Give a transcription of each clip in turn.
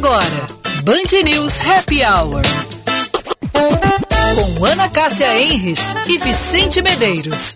Agora, Band News Happy Hour. Com Ana Cássia Enres e Vicente Medeiros.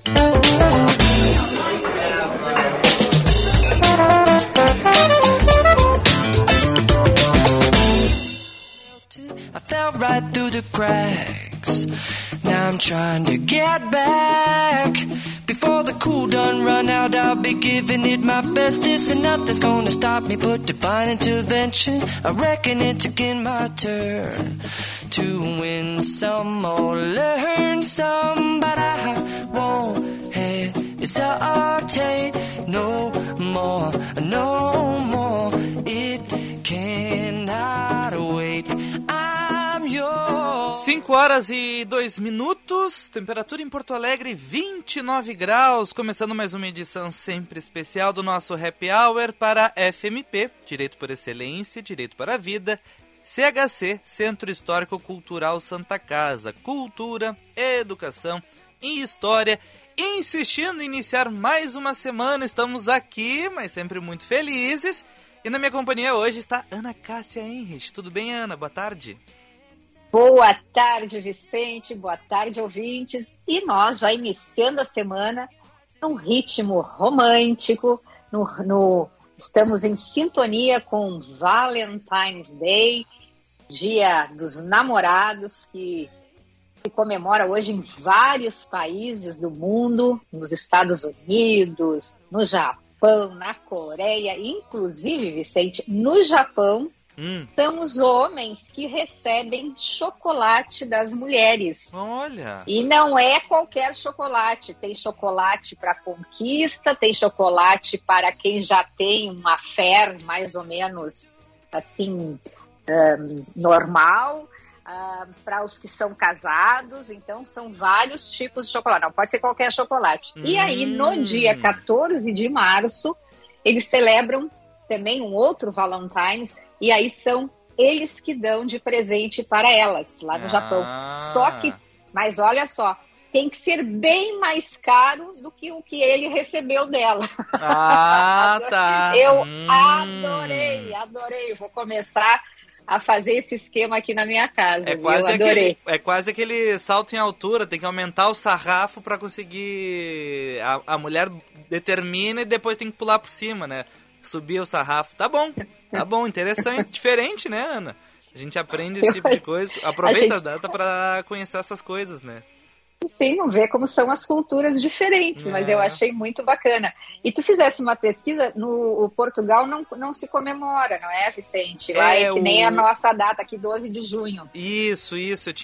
I fell right through the cracks. Now I'm trying to get back. Before the cool done run out, I'll be giving it my best. This and nothing's gonna stop me but divine intervention. I reckon it's again my turn to win some or learn some, but I won't hesitate no more, no more. It cannot wait. I'm yours. 5h02, temperatura em Porto Alegre 29 graus, começando mais uma edição sempre especial do nosso Happy Hour para FMP, Direito por Excelência, Direito para a Vida, CHC, Centro Histórico Cultural Santa Casa, Cultura, Educação e História. Insistindo em iniciar mais uma semana, estamos aqui, mas sempre muito felizes. E na minha companhia hoje está Ana Cássia Enres. Tudo bem, Ana? Boa tarde. Boa tarde, Vicente. Boa tarde, ouvintes. E nós já iniciando a semana num ritmo romântico. Estamos em sintonia com Valentine's Day, Dia dos Namorados, que se comemora hoje em vários países do mundo, nos Estados Unidos, no Japão, na Coreia, inclusive, Vicente, no Japão, são os homens que recebem chocolate das mulheres. Olha! E não é qualquer chocolate. Tem chocolate para conquista, tem chocolate para quem já tem uma affair mais ou menos assim, normal. Para os que são casados, então são vários tipos de chocolate, não pode ser qualquer chocolate. E aí, no dia 14 de março, eles celebram também um outro Valentine's, e aí são eles que dão de presente para elas, lá no Japão. Mas olha só, tem que ser bem mais caro do que o que ele recebeu dela. Tá. Eu adorei, vou começar a fazer esse esquema aqui na minha casa. Eu adorei. É quase aquele salto em altura, tem que aumentar o sarrafo para conseguir... A mulher determina e depois tem que pular por cima, né? Subir o sarrafo. Tá bom, interessante. Diferente, né, Ana? A gente aprende esse tipo de coisa. Aproveita a data para conhecer essas coisas, né? Sim, não vê como são as culturas diferentes, mas eu achei muito bacana. E tu fizesse uma pesquisa, no Portugal não se comemora, não é, Vicente? Lá é que nem a nossa data aqui, 12 de junho. Isso,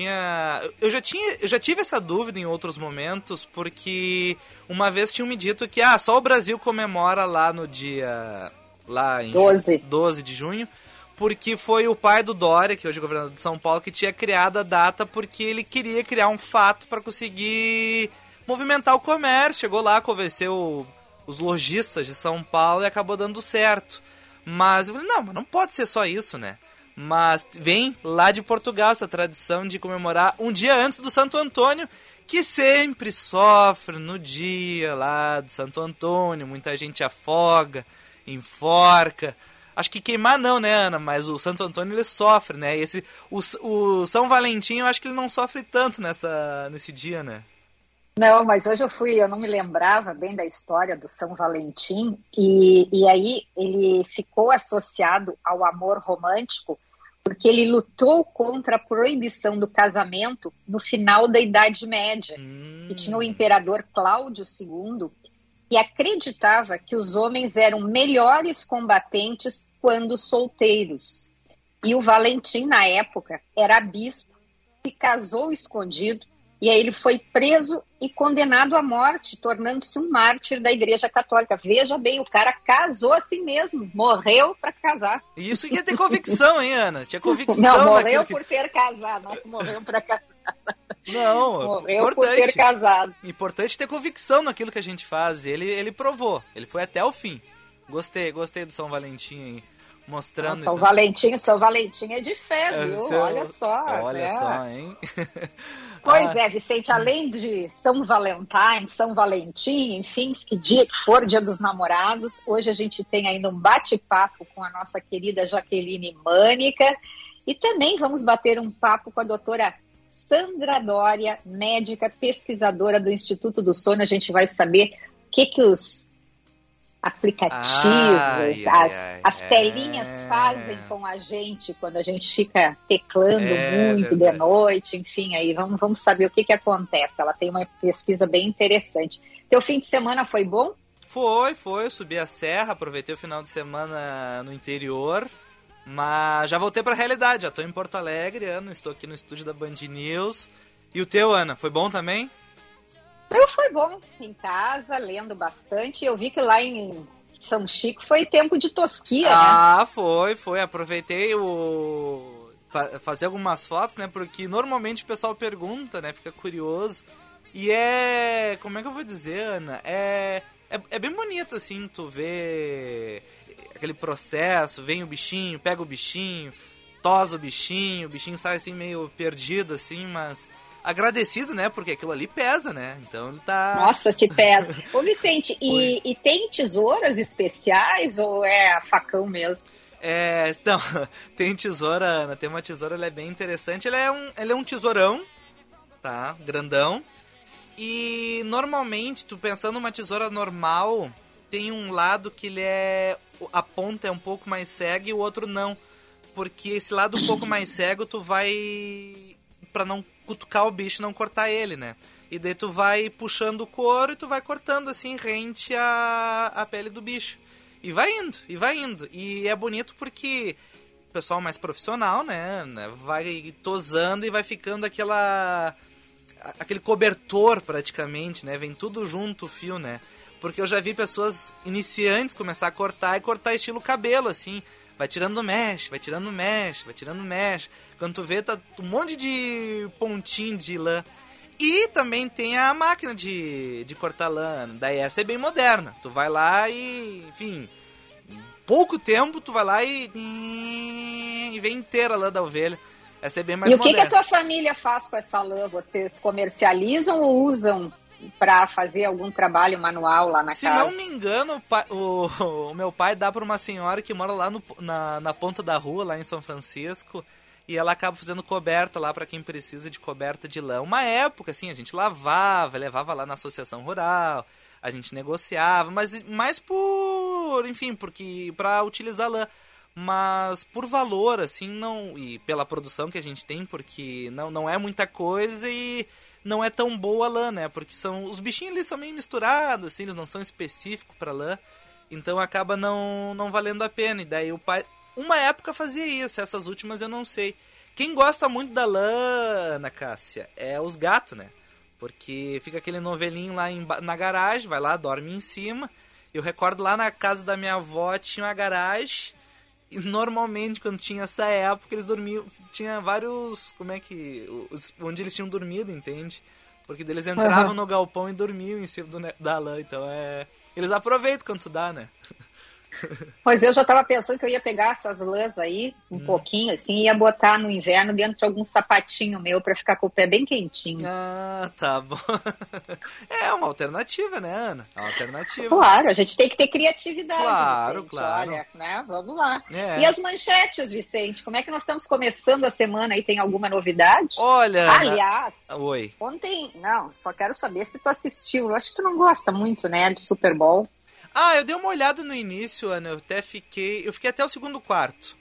eu já tive essa dúvida em outros momentos, porque uma vez tinham me dito que só o Brasil comemora lá no dia... lá em 12 de junho, porque foi o pai do Dória, que hoje é governador de São Paulo, que tinha criado a data porque ele queria criar um fato para conseguir movimentar o comércio. Chegou lá, convenceu os lojistas de São Paulo e acabou dando certo. Mas eu falei, mas não pode ser só isso, né? Mas vem lá de Portugal essa tradição de comemorar um dia antes do Santo Antônio, que sempre sofre no dia lá do Santo Antônio. Muita gente afoga, enforca. Acho que queimar não, né, Ana? Mas o Santo Antônio, ele sofre, né? E o São Valentim, eu acho que ele não sofre tanto nesse dia, né? Não, mas hoje eu não me lembrava bem da história do São Valentim, e aí ele ficou associado ao amor romântico, porque ele lutou contra a proibição do casamento no final da Idade Média. E tinha o imperador Cláudio II, e acreditava que os homens eram melhores combatentes quando solteiros. E o Valentim, na época, era bispo, se casou escondido, e aí ele foi preso e condenado à morte, tornando-se um mártir da Igreja Católica. Veja bem, o cara casou assim mesmo, morreu para casar. Isso que ia ter convicção, hein, Ana? Tinha convicção. Não, morreu por ter casado, não é que morreu para casar. Não, morreu por ter casado. Importante ter convicção naquilo que a gente faz. Ele provou, ele foi até o fim. Gostei do São Valentim aí, mostrando. São Valentim é de fé, viu? Olha só. Olha só, hein? Pois é, Vicente, além de São Valentim, São Valentim, enfim, que dia que for, Dia dos Namorados, hoje a gente tem ainda um bate-papo com a nossa querida Jaqueline Mânica e também vamos bater um papo com a doutora Sandra Doria, médica pesquisadora do Instituto do Sono. A gente vai saber o que os aplicativos, as telinhas fazem com a gente quando a gente fica teclando muito de noite, enfim, aí vamos saber o que acontece. Ela tem uma pesquisa bem interessante. Teu fim de semana foi bom? Foi, eu subi a serra, aproveitei o final de semana no interior, mas já voltei pra realidade, já tô em Porto Alegre, Ana, estou aqui no estúdio da Band News. E o teu, Ana, foi bom também? Foi bom, em casa, lendo bastante. Eu vi que lá em São Chico foi tempo de tosquia, né? Foi. Aproveitei fazer algumas fotos, né? Porque normalmente o pessoal pergunta, né? Fica curioso. E como é que eu vou dizer, Ana? É bem bonito, assim, tu vê aquele processo, vem o bichinho, pega o bichinho, tosa o bichinho sai assim meio perdido, assim, mas... agradecido, né? Porque aquilo ali pesa, né? Então ele tá... Nossa, se pesa. Ô, Vicente, e tem tesouras especiais ou é facão mesmo? Não, tem tesoura, Ana. Tem uma tesoura, ela é bem interessante. Ele é um tesourão, tá? Grandão. E normalmente, tu pensando numa tesoura normal, tem um lado que a ponta é um pouco mais cega e o outro não. Porque esse lado um pouco mais cego, tu vai... pra não cutucar o bicho, não cortar ele, né? E daí tu vai puxando o couro e tu vai cortando assim, rente a pele do bicho. E vai indo. E é bonito porque o pessoal mais profissional, né? Vai tosando e vai ficando aquele cobertor praticamente, né? Vem tudo junto o fio, né? Porque eu já vi pessoas iniciantes começar a cortar e cortar estilo cabelo, assim. Vai tirando mesh. Quando tu vê, tá um monte de pontinho de lã. E também tem a máquina de cortar lã. Daí essa é bem moderna. Tu vai lá e, enfim, em pouco tempo tu vai lá e vem inteira a lã da ovelha. Essa é bem mais moderna. E o que a tua família faz com essa lã? Vocês comercializam ou usam para fazer algum trabalho manual lá na casa? Se não me engano, o meu pai dá para uma senhora que mora lá na ponta da rua, lá em São Francisco, e ela acaba fazendo coberta lá para quem precisa de coberta de lã. Uma época, assim, a gente levava lá na associação rural, a gente negociava, mas mais porque para utilizar lã. Mas por valor, assim, não, e pela produção que a gente tem, porque não é muita coisa e não é tão boa a lã, né? Porque os bichinhos ali são meio misturados, assim, eles não são específicos para lã. Então acaba não valendo a pena. E daí o pai, uma época fazia isso, essas últimas eu não sei. Quem gosta muito da lã, Ana Cássia, é os gatos, né? Porque fica aquele novelinho lá na garagem, vai lá, dorme em cima. Eu recordo lá na casa da minha avó tinha uma garagem. E normalmente, quando tinha essa época, eles dormiam... Tinha vários... onde eles tinham dormido, entende? Porque eles entravam no galpão e dormiam em cima da lã. Então, eles aproveitam quando tu dá, né? Pois eu já estava pensando que eu ia pegar essas lãs aí, um pouquinho assim, e ia botar no inverno dentro de algum sapatinho meu para ficar com o pé bem quentinho. Ah, tá bom. É uma alternativa, né, Ana? É uma alternativa. Claro, a gente tem que ter criatividade. Claro, Vicente. claro. Olha, né? Vamos lá. E as manchetes, Vicente? Como é que nós estamos começando a semana aí? Tem alguma novidade? Olha... Aliás, Oi. Ontem... Não, só quero saber se tu assistiu. Eu acho que tu não gosta muito, né, do Super Bowl. Eu dei uma olhada no início, Ana, eu fiquei até o segundo quarto.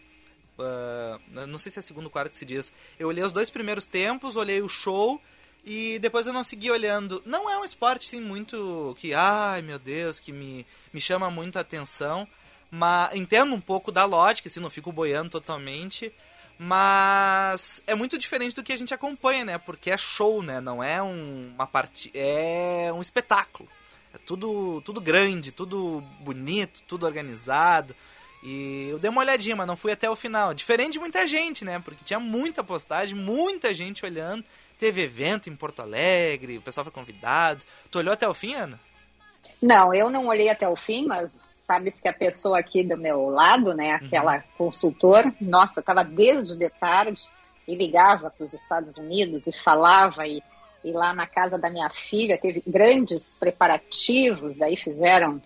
Não sei se é segundo quarto que se diz. Eu olhei os 2 primeiros tempos, olhei o show e depois eu não segui olhando. Não é um esporte, assim, muito que, ai meu Deus, que me chama muito a atenção. Mas entendo um pouco da lógica, assim, não fico boiando totalmente. Mas é muito diferente do que a gente acompanha, né? Porque é show, né? Não é uma partida, é um espetáculo. É tudo grande, tudo bonito, tudo organizado. E eu dei uma olhadinha, mas não fui até o final. Diferente de muita gente, né? Porque tinha muita postagem, muita gente olhando. Teve evento em Porto Alegre, o pessoal foi convidado. Tu olhou até o fim, Ana? Não, eu não olhei até o fim, mas sabes que a pessoa aqui do meu lado, né? Aquela consultora, nossa, estava desde de tarde e ligava para os Estados Unidos e falava e e lá na casa da minha filha teve grandes preparativos, daí fizeram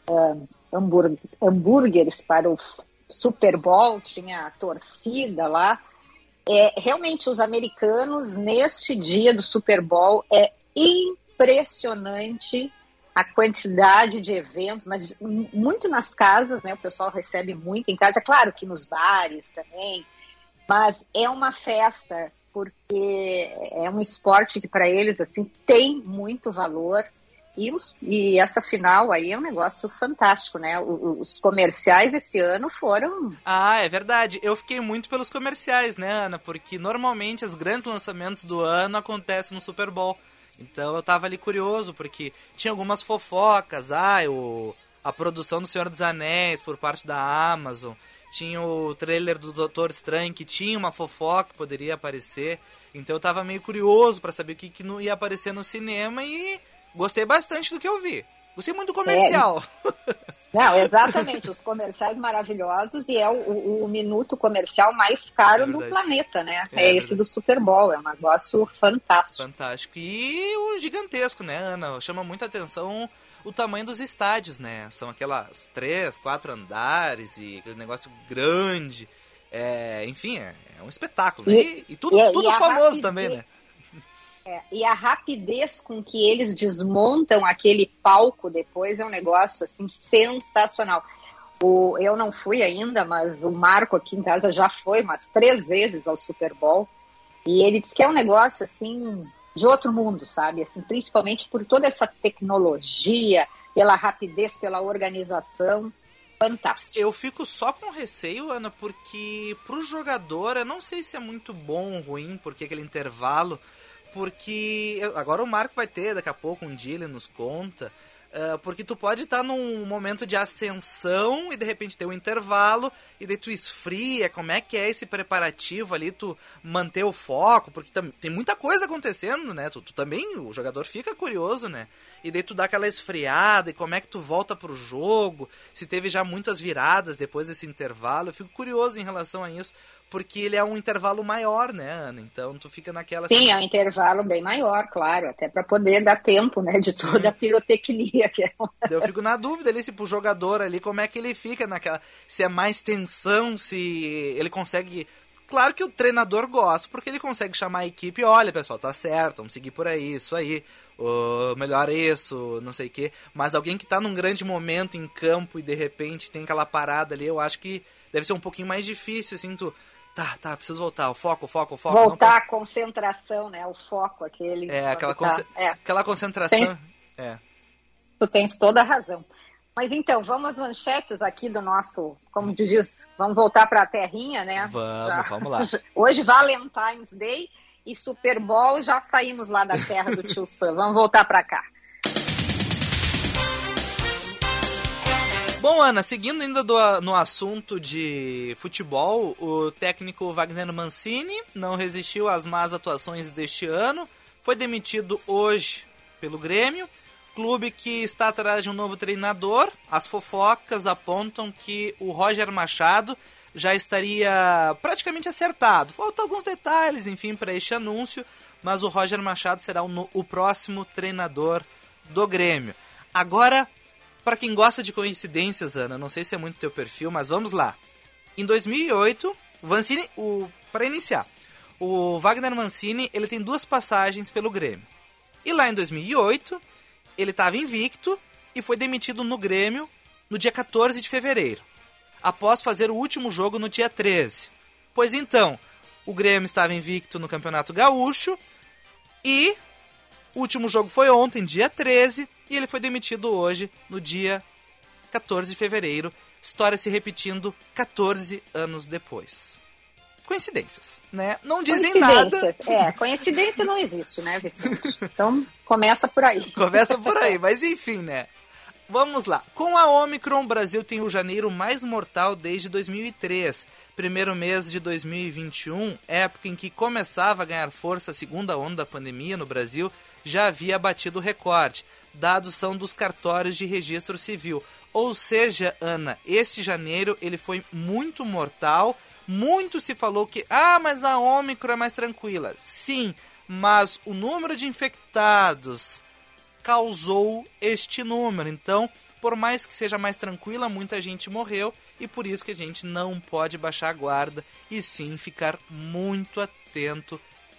hambúrgueres para o Super Bowl, tinha a torcida lá. Realmente, os americanos, neste dia do Super Bowl, é impressionante a quantidade de eventos, mas muito nas casas, né? O pessoal recebe muito em casa, claro que nos bares também, mas é uma festa, porque é um esporte que para eles assim, tem muito valor, e essa final aí é um negócio fantástico, né? Os comerciais esse ano foram... Ah, é verdade. Eu fiquei muito pelos comerciais, né, Ana? Porque normalmente os grandes lançamentos do ano acontecem no Super Bowl. Então eu tava ali curioso, porque tinha algumas fofocas, a produção do Senhor dos Anéis por parte da Amazon, tinha o trailer do Doutor Estranho, que tinha uma fofoca que poderia aparecer, então eu tava meio curioso pra saber o que não ia aparecer no cinema e gostei bastante do que eu vi. Gostei muito do comercial. Não, exatamente, os comerciais maravilhosos, e é o minuto comercial mais caro do planeta, né? É esse do Super Bowl, é um negócio fantástico. Fantástico. E o gigantesco, né, Ana? Chama muita atenção o tamanho dos estádios, né? São aquelas 3, 4 andares e aquele negócio grande. Enfim, é um espetáculo, né? E tudo famoso também, né? E a rapidez com que eles desmontam aquele palco depois é um negócio assim sensacional. Eu não fui ainda, mas o Marco aqui em casa já foi umas 3 vezes ao Super Bowl, e ele diz que é um negócio assim de outro mundo, sabe? Assim, principalmente por toda essa tecnologia, pela rapidez, pela organização. Fantástico. Eu fico só com receio, Ana, porque pro jogador, eu não sei se é muito bom ou ruim, porque aquele intervalo... Porque agora o Marco vai ter daqui a pouco, um dia ele nos conta, porque tu pode estar num momento de ascensão e de repente ter um intervalo e daí tu esfria. Como é que é esse preparativo ali, tu manter o foco, porque tem muita coisa acontecendo, né? Tu também, o jogador fica curioso, né? E daí tu dá aquela esfriada, e como é que tu volta pro jogo, se teve já muitas viradas depois desse intervalo. Eu fico curioso em relação a isso, porque ele é um intervalo maior, né, Ana? Então tu fica naquela... Sim, é um intervalo bem maior, claro, até para poder dar tempo, né, de toda a pirotecnia que é. Eu fico na dúvida ali, se pro jogador ali, como é que ele fica naquela... Se é mais tensão, se ele consegue... Claro que o treinador gosta, porque ele consegue chamar a equipe, olha, pessoal, tá certo, vamos seguir por aí, isso aí, melhor isso, não sei o quê. Mas alguém que tá num grande momento em campo e de repente tem aquela parada ali, eu acho que deve ser um pouquinho mais difícil, assim, tu... Tá, preciso voltar, o foco. Voltar a concentração, né, o foco, aquele... aquela concentração. Tu tens toda a razão. Mas então, vamos às manchetes aqui do nosso, como diz, vamos voltar para a terrinha, né? Vamos lá. Hoje, Valentine's Day e Super Bowl, já saímos lá da terra do tio Sam. Vamos voltar para cá. Bom, Ana, seguindo ainda no assunto de futebol, o técnico Wagner Mancini não resistiu às más atuações deste ano, foi demitido hoje pelo Grêmio, clube que está atrás de um novo treinador. As fofocas apontam que o Roger Machado já estaria praticamente acertado. Faltam alguns detalhes, enfim, para este anúncio, mas o Roger Machado será o próximo treinador do Grêmio. Agora... Para quem gosta de coincidências, Ana, não sei se é muito teu perfil, mas vamos lá. Em 2008, para iniciar, o Wagner Mancini ele tem 2 passagens pelo Grêmio. E lá em 2008, ele estava invicto e foi demitido no Grêmio no dia 14 de fevereiro, após fazer o último jogo no dia 13. Pois então, o Grêmio estava invicto no Campeonato Gaúcho e o último jogo foi ontem, dia 13, e ele foi demitido hoje, no dia 14 de fevereiro. História se repetindo 14 anos depois. Coincidências, né? Não dizem nada. Coincidência não existe, né, Vicente? Então, começa por aí. Começa por aí, mas enfim, né? Vamos lá. Com a Omicron, o Brasil tem o janeiro mais mortal desde 2003. Primeiro mês de 2021, época em que começava a ganhar força a segunda onda da pandemia no Brasil, já havia batido o recorde. Dados são dos cartórios de registro civil. Ou seja, Ana, este janeiro ele foi muito mortal. Muito se falou que, mas a Ômicron é mais tranquila. Sim, mas o número de infectados causou este número. Então, por mais que seja mais tranquila, muita gente morreu, e por isso que a gente não pode baixar a guarda e sim ficar muito atento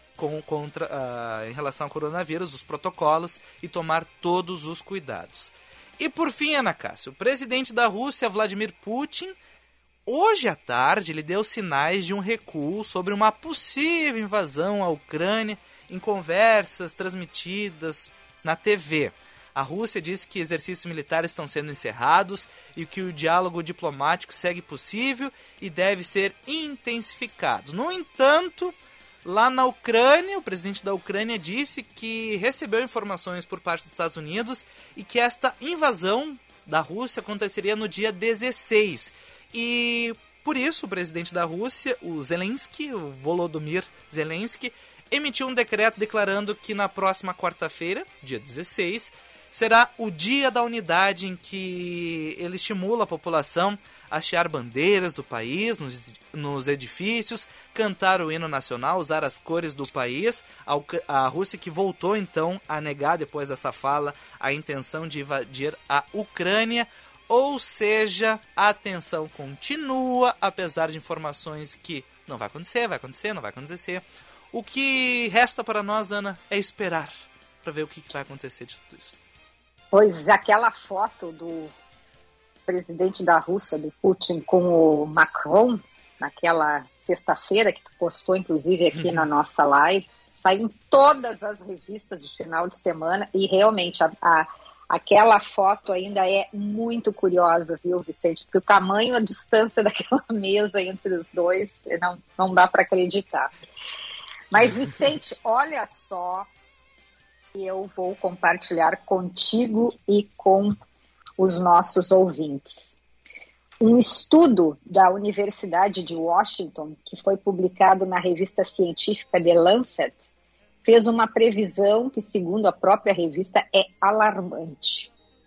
em relação ao coronavírus, os protocolos, e tomar todos os cuidados. E por fim, Ana Cássia, o presidente da Rússia, Vladimir Putin, hoje à tarde ele deu sinais de um recuo sobre uma possível invasão à Ucrânia em conversas transmitidas na TV. A Rússia disse que exercícios militares estão sendo encerrados e que o diálogo diplomático segue possível e deve ser intensificado. No entanto, lá na Ucrânia, o presidente da Ucrânia disse que recebeu informações por parte dos Estados Unidos e que esta invasão da Rússia aconteceria no dia 16. E por isso o presidente da Rússia, o Volodymyr Zelensky, emitiu um decreto declarando que na próxima quarta-feira, dia 16, será o Dia da Unidade, em que ele estimula a população a hastear bandeiras do país nos edifícios, cantar o hino nacional, usar as cores do país. A Rússia que voltou então a negar, depois dessa fala, a intenção de invadir a Ucrânia. Ou seja, a tensão continua, apesar de informações que não vai acontecer, não vai acontecer. O que resta para nós, Ana, é esperar para ver o que vai acontecer de tudo isso. Pois aquela foto do presidente da Rússia, do Putin, com o Macron, naquela sexta-feira, que tu postou, inclusive, aqui na nossa live, saiu em todas as revistas de final de semana, e realmente aquela foto ainda é muito curiosa, viu, Vicente? Porque o tamanho, a distância daquela mesa entre os dois, não dá para acreditar. Mas, Vicente, olha só, eu vou compartilhar contigo e com os nossos ouvintes. Um estudo da Universidade de Washington, que foi publicado na revista científica The Lancet, fez uma previsão que, segundo a própria revista, é alarmante.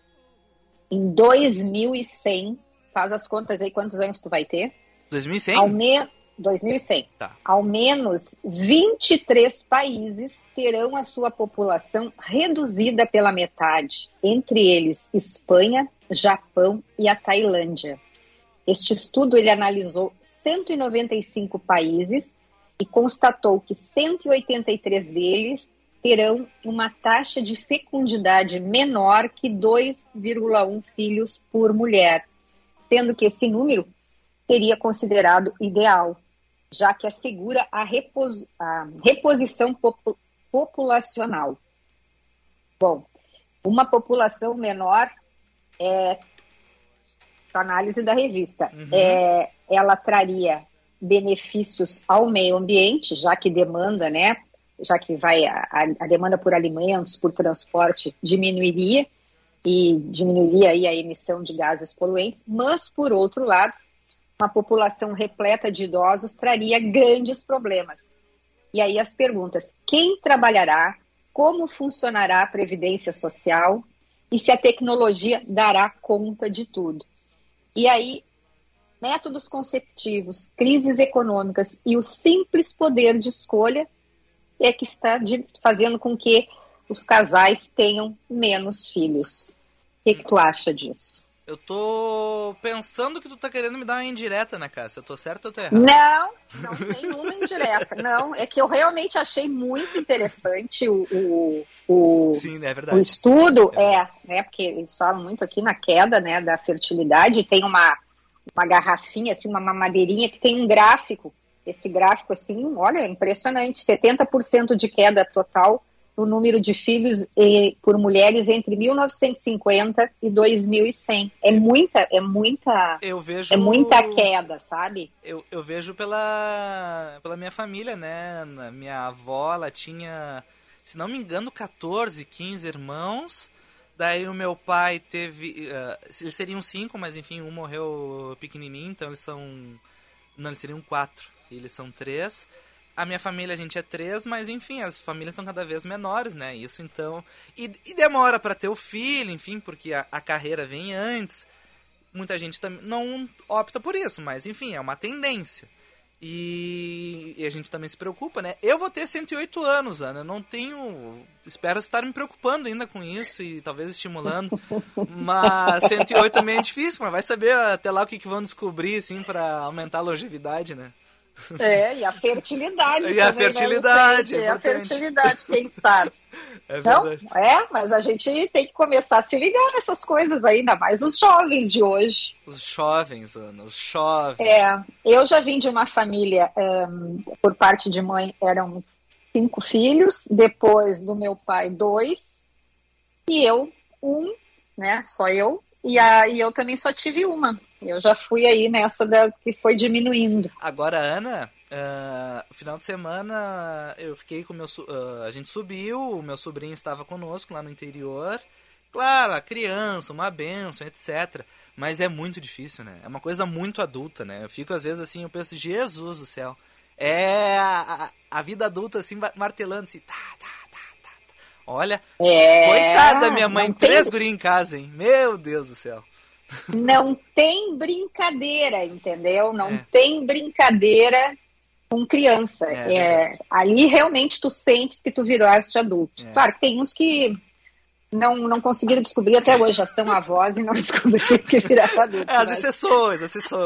Em 2100, faz as contas aí, quantos anos tu vai ter? 2100? 2100. Tá. Ao menos 23 países terão a sua população reduzida pela metade, entre eles Espanha, Japão e a Tailândia. Este estudo ele analisou 195 países e constatou que 183 deles terão uma taxa de fecundidade menor que 2,1 filhos por mulher, sendo que esse número seria considerado ideal, já que assegura a reposição populacional. Bom, uma população menor, análise da revista, ela traria benefícios ao meio ambiente, já que demanda, né, já que a demanda por alimentos, por transporte diminuiria aí a emissão de gases poluentes, mas, por outro lado, uma população repleta de idosos traria grandes problemas. E aí as perguntas: quem trabalhará? Como funcionará a previdência social? E se a tecnologia dará conta de tudo? E aí, métodos conceptivos, crises econômicas e o simples poder de escolha é que está fazendo com que os casais tenham menos filhos. O que tu acha disso? Eu tô pensando que tu tá querendo me dar uma indireta, né, Cássia? Eu tô certo ou eu tô errado? Não tem uma indireta. Não, é que eu realmente achei muito interessante Sim, é verdade. O estudo, né, porque eles falam muito aqui na queda, né, da fertilidade, tem uma garrafinha, assim, uma mamadeirinha que tem um gráfico. Esse gráfico, assim, olha, é impressionante, 70% de queda total no número de filhos por mulheres entre 1950 e 2100. É muita queda, sabe? Eu vejo pela minha família, né? Minha avó, ela tinha, se não me engano, 14, 15 irmãos. Daí o meu pai teve... eles seriam 5, mas enfim, um morreu pequenininho, então eles seriam 4. Eles são 3. A minha família, a gente é 3, mas enfim, as famílias estão cada vez menores, né? Isso então... E demora para ter o filho, enfim, porque a carreira vem antes. Muita gente também não opta por isso, mas enfim, é uma tendência. E a gente também se preocupa, né? Eu vou ter 108 anos, Ana. Eu não tenho... Espero estar me preocupando ainda com isso e talvez estimulando. Mas 108 também é difícil, mas vai saber até lá o que vão descobrir, assim, pra aumentar a longevidade, né? E a fertilidade. E a fertilidade. E a fertilidade, quem sabe. É verdade. Não, mas a gente tem que começar a se ligar nessas coisas aí, ainda mais os jovens de hoje. Os jovens, Ana, os jovens. Eu já vim de uma família, por parte de mãe, eram 5 filhos, depois do meu pai 2, e eu 1, né, só eu, e eu também só tive uma. Eu já fui aí nessa que foi diminuindo. Agora, Ana, final de semana eu fiquei com a gente subiu, o meu sobrinho estava conosco lá no interior. Claro, a criança, uma bênção, etc. Mas é muito difícil, né? É uma coisa muito adulta, né? Eu fico às vezes assim, eu penso, Jesus do céu. É a vida adulta assim, martelando assim, tá. Olha, coitada da minha mãe, 3 guri em casa, hein? Meu Deus do céu. Não tem brincadeira, entendeu? Não tem brincadeira com criança. Ali realmente tu sentes que tu viraste adulto. Claro que tem uns que não conseguiram descobrir até hoje, já são avós e não descobriram que viraram adulto. As exceções.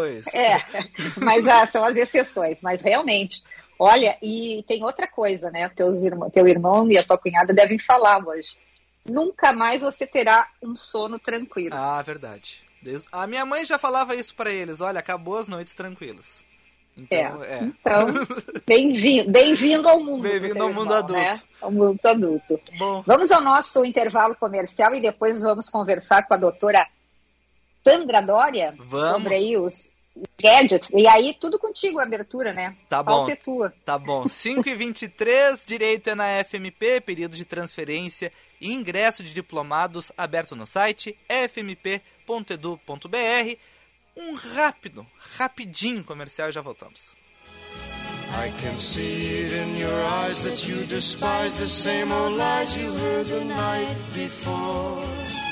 Mas são as exceções. Mas realmente, olha, e tem outra coisa, né? Teu irmão e a tua cunhada devem falar hoje. Nunca mais você terá um sono tranquilo. Ah, verdade. A minha mãe já falava isso pra eles. Olha, acabou as noites tranquilas. Então, bem-vindo ao mundo. Bem-vindo ao mundo adulto. Né? Ao mundo adulto. Bom. Vamos ao nosso intervalo comercial e depois vamos conversar com a doutora Sandra Dória sobre aí os gadgets. E aí, tudo contigo, a abertura, né? Tá bom. Falta é tua. Tá bom. 5h23, direito é na FMP, período de transferência e ingresso de diplomados aberto no site fmp.edu.br. Um rapidinho comercial e já voltamos. I can see it in your eyes that you despise the same old lies you heard the night before.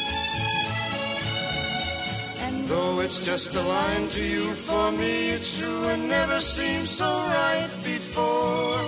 And though it's just a line to you, for me it's true and never seemed so right before.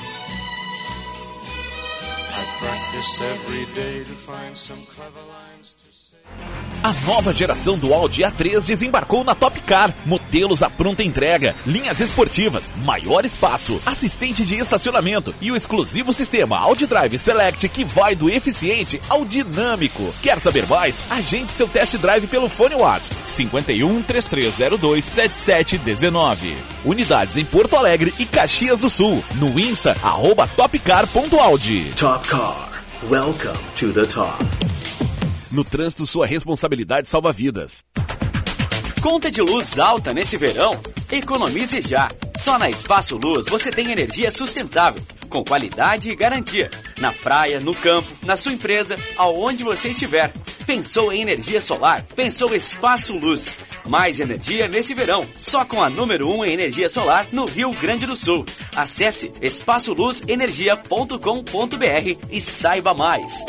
I practice every day to find some clever lines to say. A nova geração do Audi A3 desembarcou na Top Car. Modelos à pronta entrega, linhas esportivas, maior espaço, assistente de estacionamento e o exclusivo sistema Audi Drive Select que vai do eficiente ao dinâmico. Quer saber mais? Agende seu test drive pelo fone WhatsApp 51 3302 7719. Unidades em Porto Alegre e Caxias do Sul. No Insta, @topcar.audi. Top Car. Welcome to the top. No trânsito, sua responsabilidade salva vidas. Conta de luz alta nesse verão? Economize já. Só na Espaço Luz você tem energia sustentável, com qualidade e garantia. Na praia, no campo, na sua empresa, aonde você estiver. Pensou em energia solar? Pensou Espaço Luz. Mais energia nesse verão, só com a número 1 em energia solar no Rio Grande do Sul. Acesse espaçoluzenergia.com.br e saiba mais.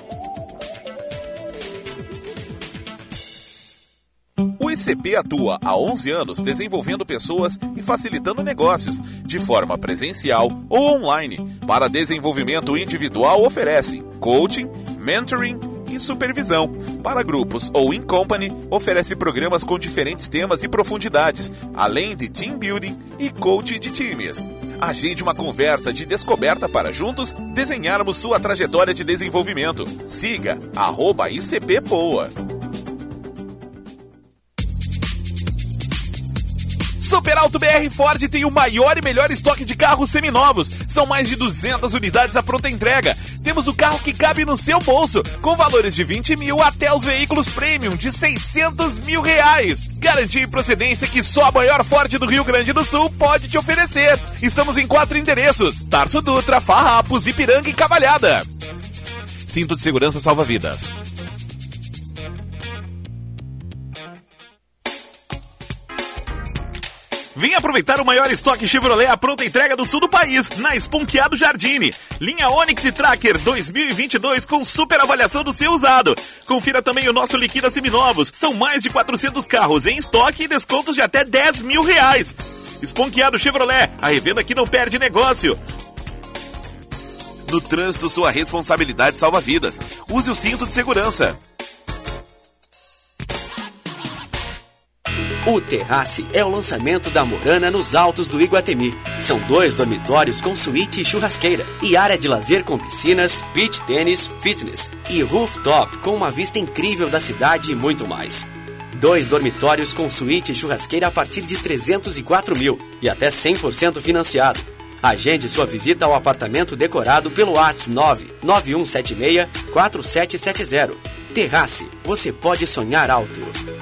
O ICP atua há 11 anos desenvolvendo pessoas e facilitando negócios, de forma presencial ou online. Para desenvolvimento individual oferece coaching, mentoring e supervisão. Para grupos ou in company, oferece programas com diferentes temas e profundidades, além de team building e coaching de times. Agende uma conversa de descoberta para juntos desenharmos sua trajetória de desenvolvimento. Siga @ICPPoa. Super Alto BR Ford tem o maior e melhor estoque de carros seminovos. São mais de 200 unidades à pronta entrega. Temos o carro que cabe no seu bolso, com valores de 20 mil até os veículos premium de 600 mil reais. Garantia e procedência que só a maior Ford do Rio Grande do Sul pode te oferecer. Estamos em 4 endereços: Tarso Dutra, Farrapos, Ipiranga e Cavalhada. Cinto de segurança salva vidas. Vem aproveitar o maior estoque Chevrolet à pronta entrega do sul do país, na Esponqueado Jardine. Linha Onix e Tracker 2022 com super avaliação do seu usado. Confira também o nosso Liquida Seminovos. São mais de 400 carros em estoque e descontos de até 10 mil reais. Esponqueado Chevrolet, a revenda que não perde negócio. No trânsito, sua responsabilidade salva vidas. Use o cinto de segurança. O Terrace é o lançamento da Morana nos Altos do Iguatemi. São 2 dormitórios com suíte e churrasqueira e área de lazer com piscinas, beach tênis, fitness e rooftop com uma vista incrível da cidade e muito mais. 2 dormitórios com suíte e churrasqueira a partir de 304 mil e até 100% financiado. Agende sua visita ao apartamento decorado pelo WhatsApp 991764770. Terrace, você pode sonhar alto.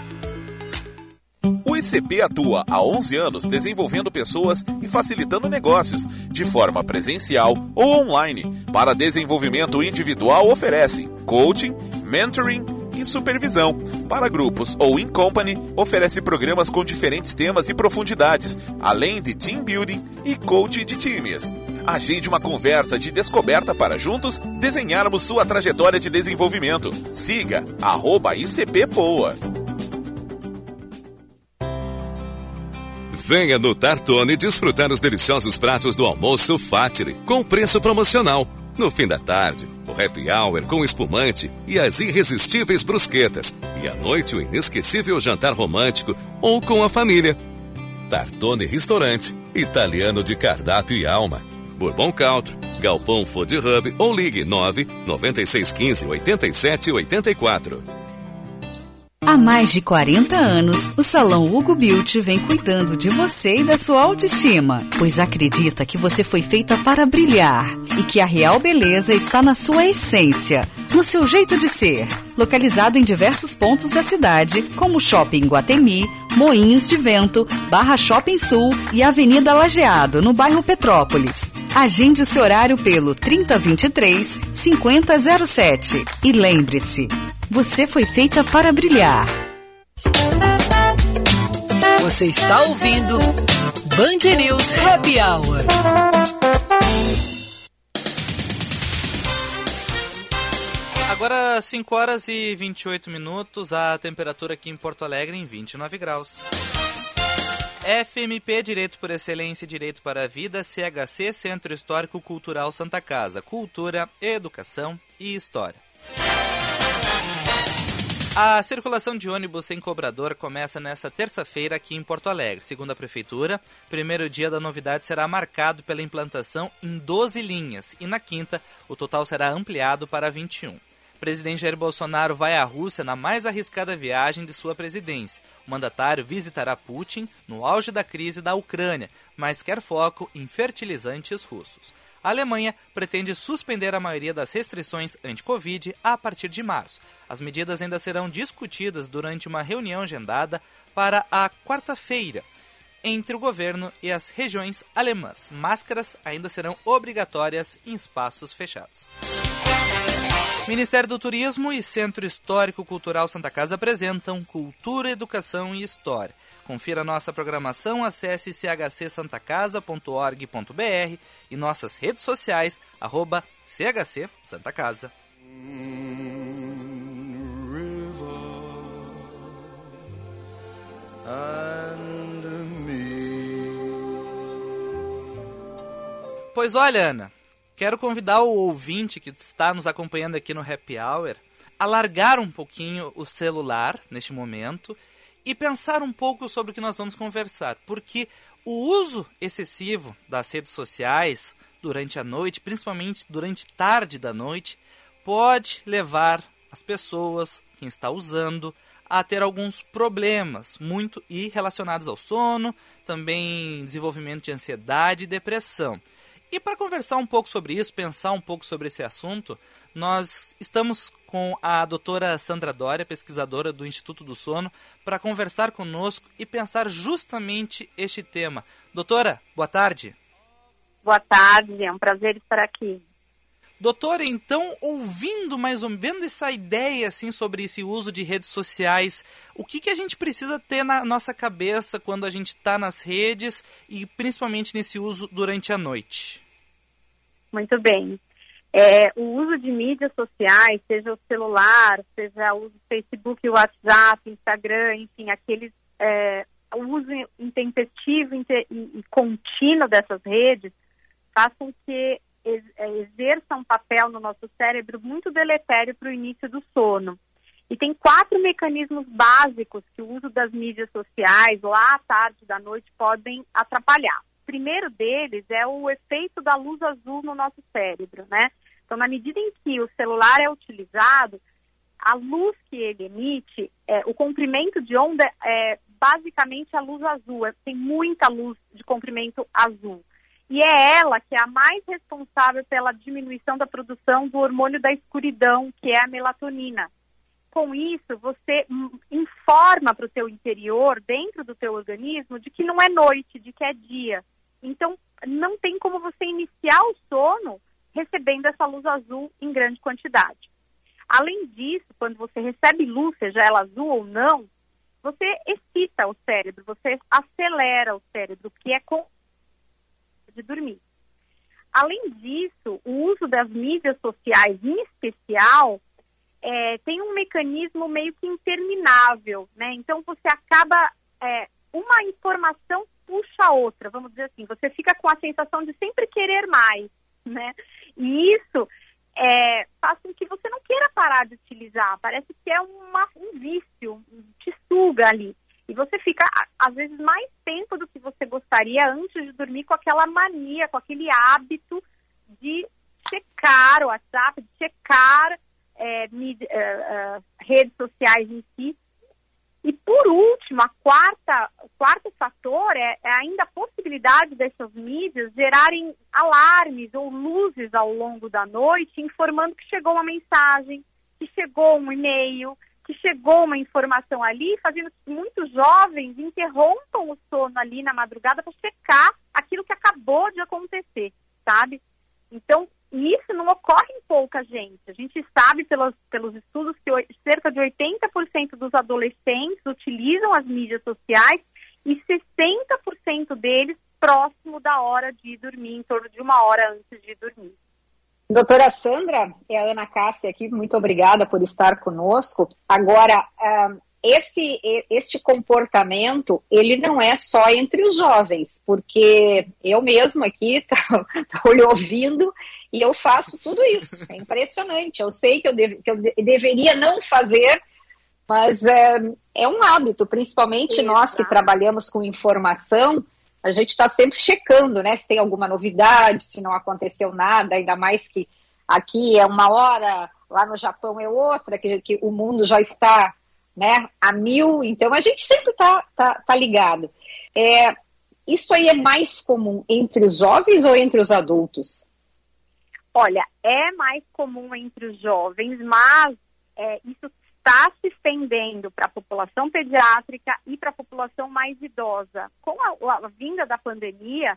O ICP atua há 11 anos desenvolvendo pessoas e facilitando negócios, de forma presencial ou online. Para desenvolvimento individual, oferece coaching, mentoring e supervisão. Para grupos ou in company, oferece programas com diferentes temas e profundidades, além de team building e coaching de times. Agende uma conversa de descoberta para juntos desenharmos sua trajetória de desenvolvimento. Siga @ICPPoa. Venha no Tartone desfrutar os deliciosos pratos do almoço Fatile, com preço promocional. No fim da tarde, o happy hour com espumante e as irresistíveis brusquetas. E à noite, o inesquecível jantar romântico ou com a família. Tartone Restaurante, italiano de cardápio e alma. Bourbon Country, Galpão Food Hub ou ligue 99615 8784. Há mais de 40 anos, o Salão Hugo Beauty vem cuidando de você e da sua autoestima, pois acredita que você foi feita para brilhar e que a real beleza está na sua essência, no seu jeito de ser. Localizado em diversos pontos da cidade, como Shopping Iguatemi, Moinhos de Vento, Barra Shopping Sul e Avenida Lajeado, no bairro Petrópolis. Agende o seu horário pelo 3023-5007. E lembre-se, você foi feita para brilhar. Você está ouvindo Band News Happy Hour. Agora 5 horas e 28 minutos, a temperatura aqui em Porto Alegre em 29 graus. FMP, Direito por Excelência e Direito para a Vida, CHC, Centro Histórico Cultural Santa Casa, Cultura, Educação e História. A circulação de ônibus sem cobrador começa nesta terça-feira aqui em Porto Alegre. Segundo a Prefeitura, o primeiro dia da novidade será marcado pela implantação em 12 linhas e na quinta o total será ampliado para 21. O presidente Jair Bolsonaro vai à Rússia na mais arriscada viagem de sua presidência. O mandatário visitará Putin no auge da crise da Ucrânia, mas quer foco em fertilizantes russos. A Alemanha pretende suspender a maioria das restrições anti-Covid a partir de março. As medidas ainda serão discutidas durante uma reunião agendada para a quarta-feira entre o governo e as regiões alemãs. Máscaras ainda serão obrigatórias em espaços fechados. Ministério do Turismo e Centro Histórico Cultural Santa Casa apresentam Cultura, Educação e História. Confira nossa programação, acesse chcsantacasa.org.br e nossas redes sociais, @CHC Santa Casa. Pois olha, Ana, quero convidar o ouvinte que está nos acompanhando aqui no Happy Hour a largar um pouquinho o celular neste momento e pensar um pouco sobre o que nós vamos conversar, porque o uso excessivo das redes sociais durante a noite, principalmente durante tarde da noite, pode levar as pessoas, quem está usando, a ter alguns problemas muito relacionados ao sono, também desenvolvimento de ansiedade e depressão. E para conversar um pouco sobre isso, pensar um pouco sobre esse assunto, nós estamos com a doutora Sandra Doria, pesquisadora do Instituto do Sono, para conversar conosco e pensar justamente este tema. Doutora, boa tarde. Boa tarde, é um prazer estar aqui. Doutora, então, ouvindo mais ou menos essa ideia assim, sobre esse uso de redes sociais, o que a gente precisa ter na nossa cabeça quando a gente está nas redes e principalmente nesse uso durante a noite? Muito bem. O uso de mídias sociais, seja o celular, seja o uso do Facebook, o WhatsApp, Instagram, enfim, aqueles o uso intempestivo e contínuo dessas redes faz com que exerça um papel no nosso cérebro muito deletério para o início do sono. E tem 4 mecanismos básicos que o uso das mídias sociais lá à tarde da noite podem atrapalhar. O primeiro deles é o efeito da luz azul no nosso cérebro, né? Então, na medida em que o celular é utilizado, a luz que ele emite, o comprimento de onda é basicamente a luz azul, tem muita luz de comprimento azul. E é ela que é a mais responsável pela diminuição da produção do hormônio da escuridão, que é a melatonina. Com isso, você informa para o teu interior, dentro do teu organismo, de que não é noite, de que é dia. Então, não tem como você iniciar o sono recebendo essa luz azul em grande quantidade. Além disso, quando você recebe luz, seja ela azul ou não, você excita o cérebro, você acelera o cérebro, que é com de dormir. Além disso, o uso das mídias sociais, em especial, tem um mecanismo meio que interminável, né? Então, você acaba, uma informação puxa a outra, vamos dizer assim, você fica com a sensação de sempre querer mais, né? E isso faz com que você não queira parar de utilizar, parece que é um vício, te suga ali. E você fica, às vezes, mais tempo do que você gostaria antes de dormir com aquela mania, com aquele hábito de checar o WhatsApp, de checar redes sociais em si. E, por último, o quarto fator é ainda a possibilidade dessas mídias gerarem alarmes ou luzes ao longo da noite, informando que chegou uma mensagem, que chegou um e-mail, que chegou uma informação ali, fazendo que muitos jovens interrompam o sono ali na madrugada para checar aquilo que acabou de acontecer, sabe? Então, isso não ocorre em pouca gente. A gente sabe pelos estudos que cerca de 80% dos adolescentes utilizam as mídias sociais e 60% deles próximo da hora de dormir, em torno de 1 hora antes de dormir. Doutora Sandra, é a Ana Cássia aqui, muito obrigada por estar conosco. Agora, este comportamento, ele não é só entre os jovens, porque eu mesma aqui estou lhe ouvindo e eu faço tudo isso. É impressionante. Eu sei que eu deveria não fazer, mas é um hábito, principalmente nós que trabalhamos com informação. A gente está sempre checando, né, se tem alguma novidade, se não aconteceu nada, ainda mais que aqui é 1 hora, lá no Japão é outra, que o mundo já está, né, a 1000, então a gente sempre tá ligado. Isso aí é mais comum entre os jovens ou entre os adultos? Olha, é mais comum entre os jovens, mas isso está se estendendo para a população pediátrica e para a população mais idosa. Com a vinda da pandemia,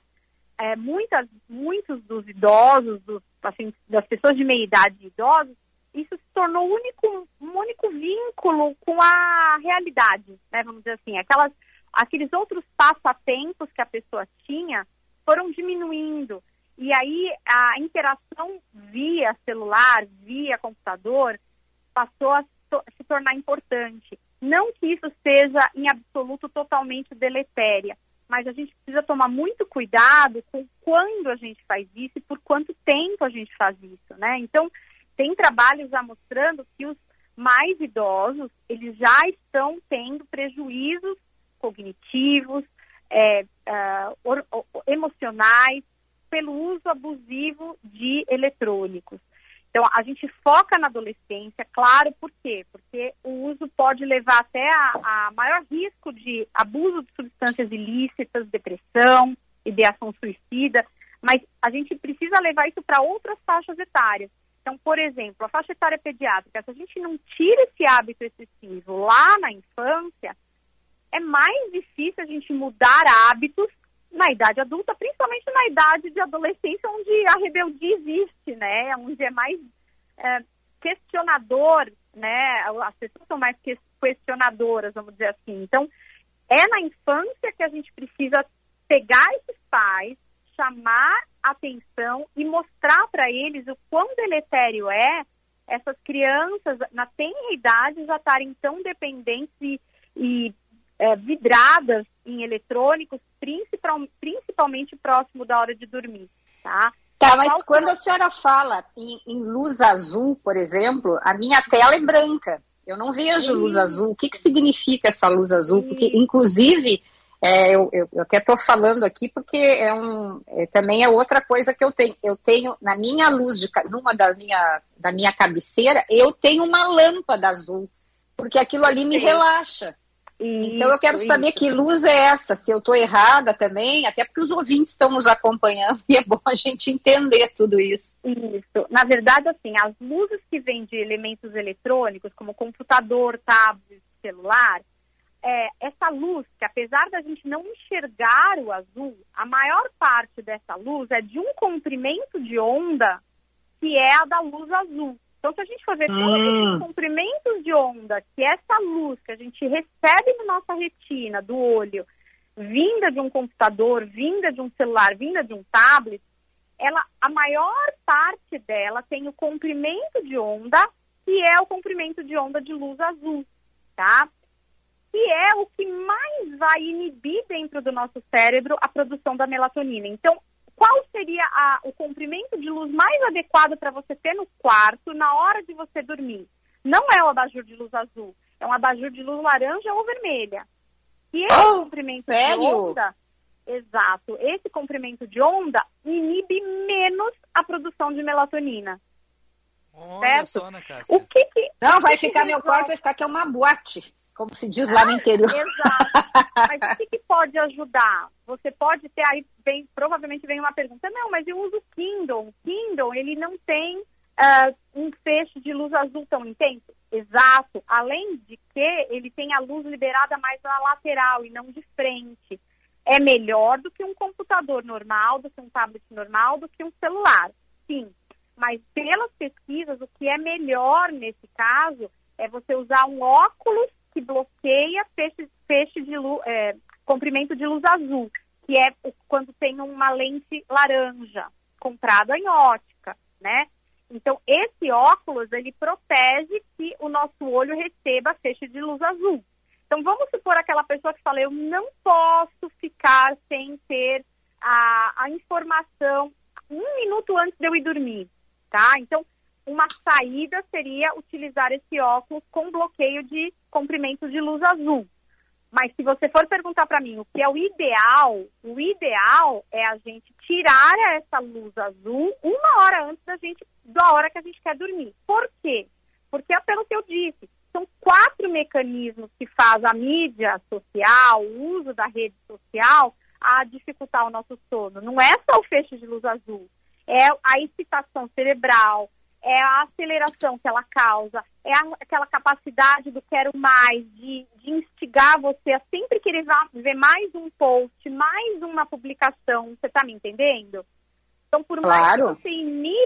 muitos dos idosos, das pessoas de meia idade e idosos, isso se tornou um único vínculo com a realidade, né, vamos dizer assim. Aqueles outros passatempos que a pessoa tinha foram diminuindo. E aí a interação via celular, via computador, passou a se tornar importante. Não que isso seja, em absoluto, totalmente deletéria, mas a gente precisa tomar muito cuidado com quando a gente faz isso e por quanto tempo a gente faz isso, né? Então, tem trabalhos já mostrando que os mais idosos, eles já estão tendo prejuízos cognitivos, emocionais, pelo uso abusivo de eletrônicos. Então, a gente foca na adolescência, claro, por quê? Porque o uso pode levar até a maior risco de abuso de substâncias ilícitas, depressão, ideação suicida, mas a gente precisa levar isso para outras faixas etárias. Então, por exemplo, a faixa etária pediátrica, se a gente não tira esse hábito excessivo lá na infância, é mais difícil a gente mudar hábitos na idade adulta, principalmente na idade de adolescência, onde a rebeldia existe, né? Onde é mais questionador, né? As pessoas são mais questionadoras, vamos dizer assim. Então, é na infância que a gente precisa pegar esses pais, chamar atenção e mostrar para eles o quão deletério essas crianças, na tenra idade, já estarem tão dependentes e vidradas em eletrônicos, principalmente próximo da hora de dormir, tá? Tá, mas quando a senhora fala em luz azul, por exemplo, a minha tela é branca. Eu não vejo luz azul. O que significa essa luz azul? Porque, inclusive, eu até estou falando aqui porque também é outra coisa que eu tenho. Eu tenho, na minha luz, numa da minha cabeceira, eu tenho uma lâmpada azul, porque aquilo ali me relaxa. Então eu quero saber que luz é essa, se eu estou errada também, até porque os ouvintes estão nos acompanhando e é bom a gente entender tudo isso. Isso. Na verdade, assim, as luzes que vêm de elementos eletrônicos, como computador, tablet, celular, essa luz, que apesar da gente não enxergar o azul, a maior parte dessa luz é de um comprimento de onda que é a da luz azul. Então, se a gente for ver todos os comprimentos de onda, que essa luz que a gente recebe na nossa retina, do olho, vinda de um computador, vinda de um celular, vinda de um tablet, a maior parte dela tem o comprimento de onda, que é o comprimento de onda de luz azul, tá? Que é o que mais vai inibir dentro do nosso cérebro a produção da melatonina. Então, qual seria o comprimento de luz mais adequado para você ter no quarto na hora de você dormir? Não é o abajur de luz azul, é um abajur de luz laranja ou vermelha. E esse comprimento de onda, exato, esse comprimento de onda inibe menos a produção de melatonina. Olha só, Ana Cássia. Não, vai ficar meu quarto, vai ficar que é uma boate, como se diz lá no interior. Exato. Mas o que pode ajudar? Você pode ter, aí provavelmente vem uma pergunta, não, mas eu uso Kindle. O Kindle, ele não tem um feixe de luz azul tão intenso. Exato. Além de que ele tem a luz liberada mais na lateral e não de frente. É melhor do que um computador normal, do que um tablet normal, do que um celular. Sim. Mas pelas pesquisas, o que é melhor nesse caso é você usar um óculos que bloqueia feixe de luz, comprimento de luz azul, que é quando tem uma lente laranja, comprada em ótica, né? Então, esse óculos, ele protege que o nosso olho receba feixe de luz azul. Então, vamos supor aquela pessoa que fala, eu não posso ficar sem ter a informação 1 minuto antes de eu ir dormir, tá? Então, uma saída seria utilizar esse óculos com bloqueio de comprimento de luz azul. Mas se você for perguntar para mim o que é o ideal é a gente tirar essa luz azul 1 hora antes da hora que a gente quer dormir. Por quê? Porque é pelo que eu disse, são 4 mecanismos que faz a mídia social, o uso da rede social, a dificultar o nosso sono. Não é só o feixe de luz azul, é a excitação cerebral, é a aceleração que ela causa, é aquela capacidade do quero mais, de instigar você a sempre querer ver mais um post, mais uma publicação, você está me entendendo? Então, por mais que você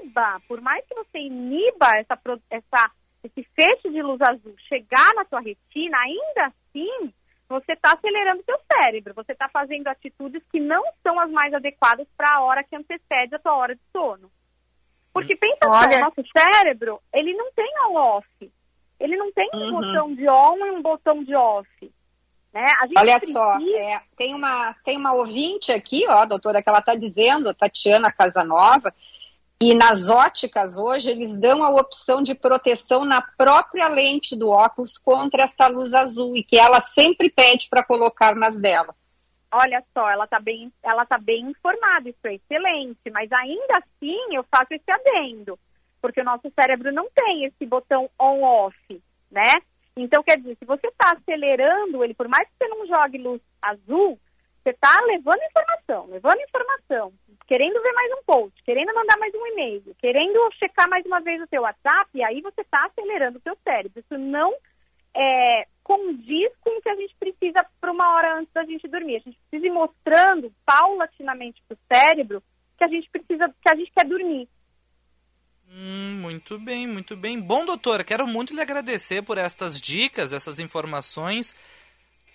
iniba esse feixe de luz azul chegar na sua retina, ainda assim, você está acelerando o seu cérebro, você está fazendo atitudes que não são as mais adequadas para a hora que antecede a sua hora de sono. Porque pensa só, o nosso cérebro, ele não tem on-off. Ele não tem um botão de on e um botão de off. Né? Olha só, tem uma ouvinte aqui, doutora, que ela está dizendo, Tatiana Casanova, e nas óticas hoje eles dão a opção de proteção na própria lente do óculos contra essa luz azul, e que ela sempre pede para colocar nas dela. Olha só, ela tá bem informada, isso é excelente, mas ainda assim eu faço esse adendo, porque o nosso cérebro não tem esse botão on-off, né? Então, quer dizer, se você está acelerando ele, por mais que você não jogue luz azul, você está levando informação, querendo ver mais um post, querendo mandar mais um e-mail, querendo checar mais uma vez o seu WhatsApp, e aí você está acelerando o seu cérebro. Isso não condiz com o que a gente precisa para 1 hora antes da gente dormir. A gente precisa ir mostrando paulatinamente para o cérebro que a gente quer dormir. Muito bem, muito bem. Bom, doutora, quero muito lhe agradecer por estas dicas, essas informações.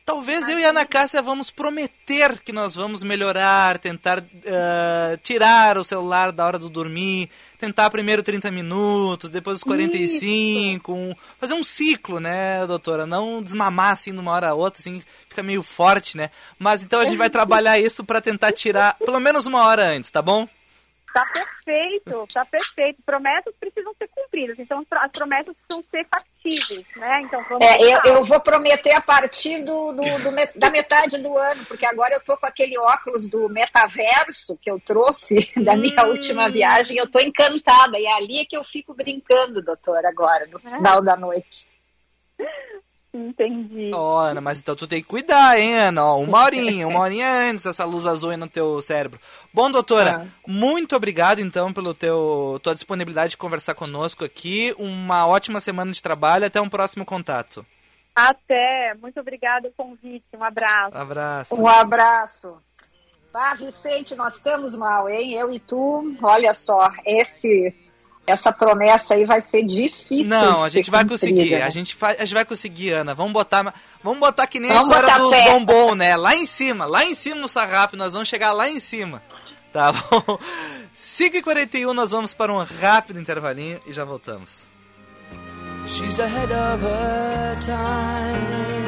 Talvez eu e a Ana Cássia vamos prometer que nós vamos melhorar, tentar tirar o celular da hora do dormir, tentar primeiro 30 minutos, depois os 45, fazer um ciclo, né, doutora? Não desmamar assim de uma hora a outra, assim, fica meio forte, né? Mas então a gente vai trabalhar isso para tentar tirar pelo menos uma hora antes, tá bom? Tá perfeito. Promessas precisam ser cumpridas, então as promessas precisam ser factíveis, né? Então, eu vou prometer a partir da metade do ano, porque agora eu tô com aquele óculos do metaverso que eu trouxe da minha última viagem, eu tô encantada, e é ali que eu fico brincando, doutora, agora, no final da noite. Entendi. Ana, mas então tu tem que cuidar, hein, Ana? Uma horinha antes, essa luz azul aí no teu cérebro. Bom, doutora, muito obrigado, então, pela tua disponibilidade de conversar conosco aqui. Uma ótima semana de trabalho. Até um próximo contato. Até. Muito obrigada pelo convite. Um abraço. Um abraço. Vicente, nós estamos mal, hein? Eu e tu, olha só, essa promessa aí vai ser difícil. Não, a gente vai conseguir. Né? A gente vai conseguir, Ana. Vamos botar que nem a história dos bombom, né? Lá em cima no sarrafo, nós vamos chegar lá em cima. Tá bom? 5h41, nós vamos para um rápido intervalinho e já voltamos. She's ahead of her time.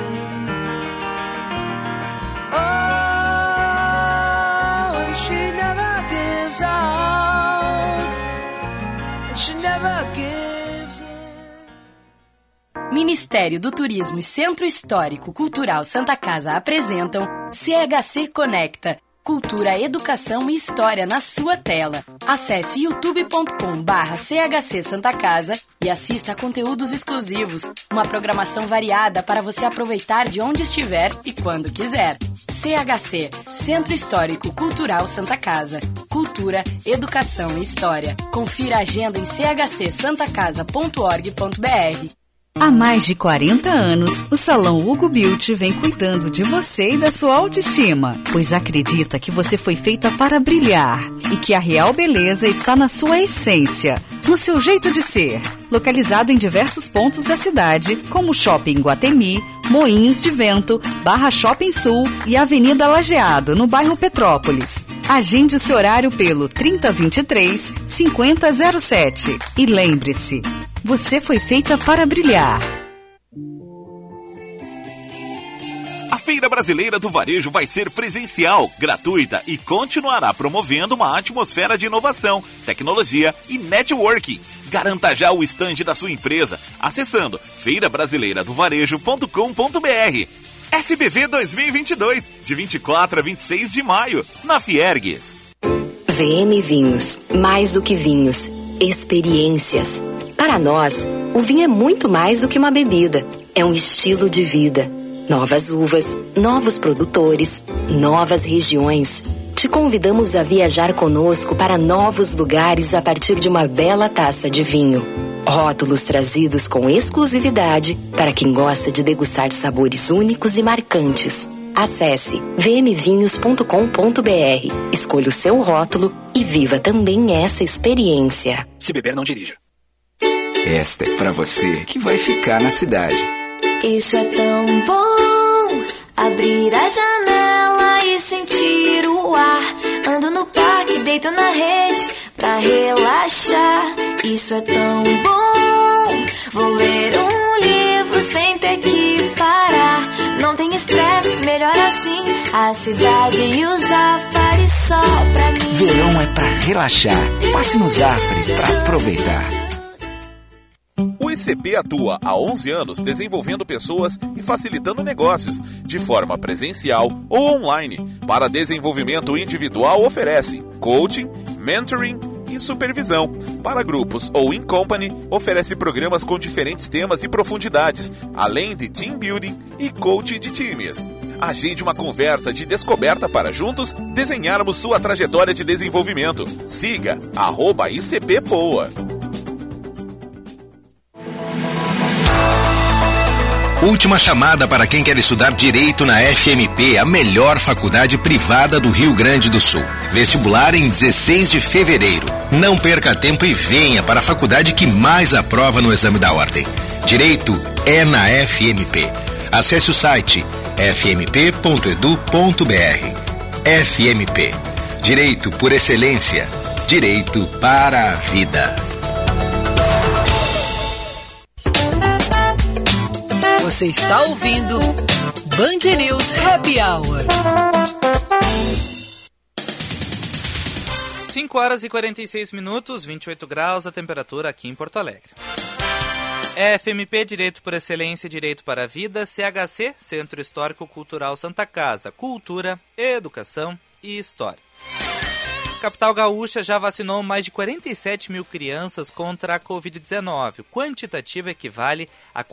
Oh, and she never gives up. She never gives in. Ministério do Turismo e Centro Histórico Cultural Santa Casa apresentam CHC Conecta. Cultura, educação e história na sua tela. Acesse youtube.com/CHC Santa Casa e assista a conteúdos exclusivos. Uma programação variada para você aproveitar de onde estiver e quando quiser. CHC, Centro Histórico Cultural Santa Casa. Cultura, educação e história. Confira a agenda em chcsantacasa.org.br. Há mais de 40 anos, o Salão Hugo Beauty vem cuidando de você e da sua autoestima, pois acredita que você foi feita para brilhar e que a real beleza está na sua essência, no seu jeito de ser. Localizado em diversos pontos da cidade, como Shopping Guatemi, Moinhos de Vento, Barra Shopping Sul e Avenida Lajeado, no bairro Petrópolis. Agende o seu horário pelo 3023-5007. E lembre-se, você foi feita para brilhar. A Feira Brasileira do Varejo vai ser presencial, gratuita e continuará promovendo uma atmosfera de inovação, tecnologia e networking. Garanta já o estande da sua empresa acessando feirabrasileiradovarejo.com.br. FBV 2022, de 24 a 26 de maio, na Fiergues. VM Vinhos, mais do que vinhos, experiências. Para nós, o vinho é muito mais do que uma bebida. É um estilo de vida. Novas uvas, novos produtores, novas regiões. Te convidamos a viajar conosco para novos lugares a partir de uma bela taça de vinho. Rótulos trazidos com exclusividade para quem gosta de degustar sabores únicos e marcantes. Acesse vmvinhos.com.br, escolha o seu rótulo e viva também essa experiência. Se beber, não dirija. Esta é pra você que vai ficar na cidade. Isso é tão bom, abrir a janela e sentir o ar. Ando no parque, deito na rede pra relaxar. Isso é tão bom, vou ler um livro sem ter que parar. Não tem estresse, melhor assim. A cidade e o Zafari só pra mim. Verão é pra relaxar. Passe no Zafari pra aproveitar. O ICP atua há 11 anos desenvolvendo pessoas e facilitando negócios, de forma presencial ou online. Para desenvolvimento individual oferece coaching, mentoring e supervisão. Para grupos ou in company, oferece programas com diferentes temas e profundidades, além de team building e coaching de times. Agende uma conversa de descoberta para juntos desenharmos sua trajetória de desenvolvimento. Siga @ICPPoa. Última chamada para quem quer estudar Direito na FMP, a melhor faculdade privada do Rio Grande do Sul. Vestibular em 16 de fevereiro. Não perca tempo e venha para a faculdade que mais aprova no exame da ordem. Direito é na FMP. Acesse o site FMP. Direito por excelência. Direito para a vida. Você está ouvindo Band News Happy Hour. 5 horas e 46 minutos, 28 graus a temperatura aqui em Porto Alegre. FMP, Direito por Excelência e Direito para a Vida. CHC, Centro Histórico Cultural Santa Casa. Cultura, Educação e História. Capital Gaúcha já vacinou mais de 47 mil crianças contra a Covid-19. O quantitativo equivale a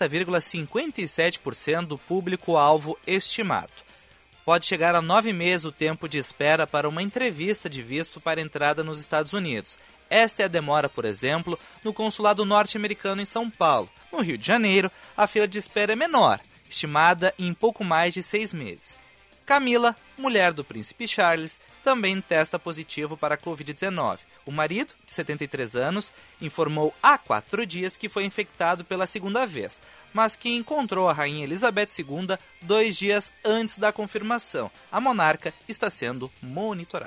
40,57% do público-alvo estimado. Pode chegar a 9 meses o tempo de espera para uma entrevista de visto para entrada nos Estados Unidos. Essa é a demora, por exemplo, no consulado norte-americano em São Paulo. No Rio de Janeiro, a fila de espera é menor, estimada em pouco mais de 6 meses. Camila, mulher do príncipe Charles, também testa positivo para a Covid-19. O marido, de 73 anos, informou há 4 dias que foi infectado pela segunda vez, mas que encontrou a rainha Elizabeth II 2 dias antes da confirmação. A monarca está sendo monitorada.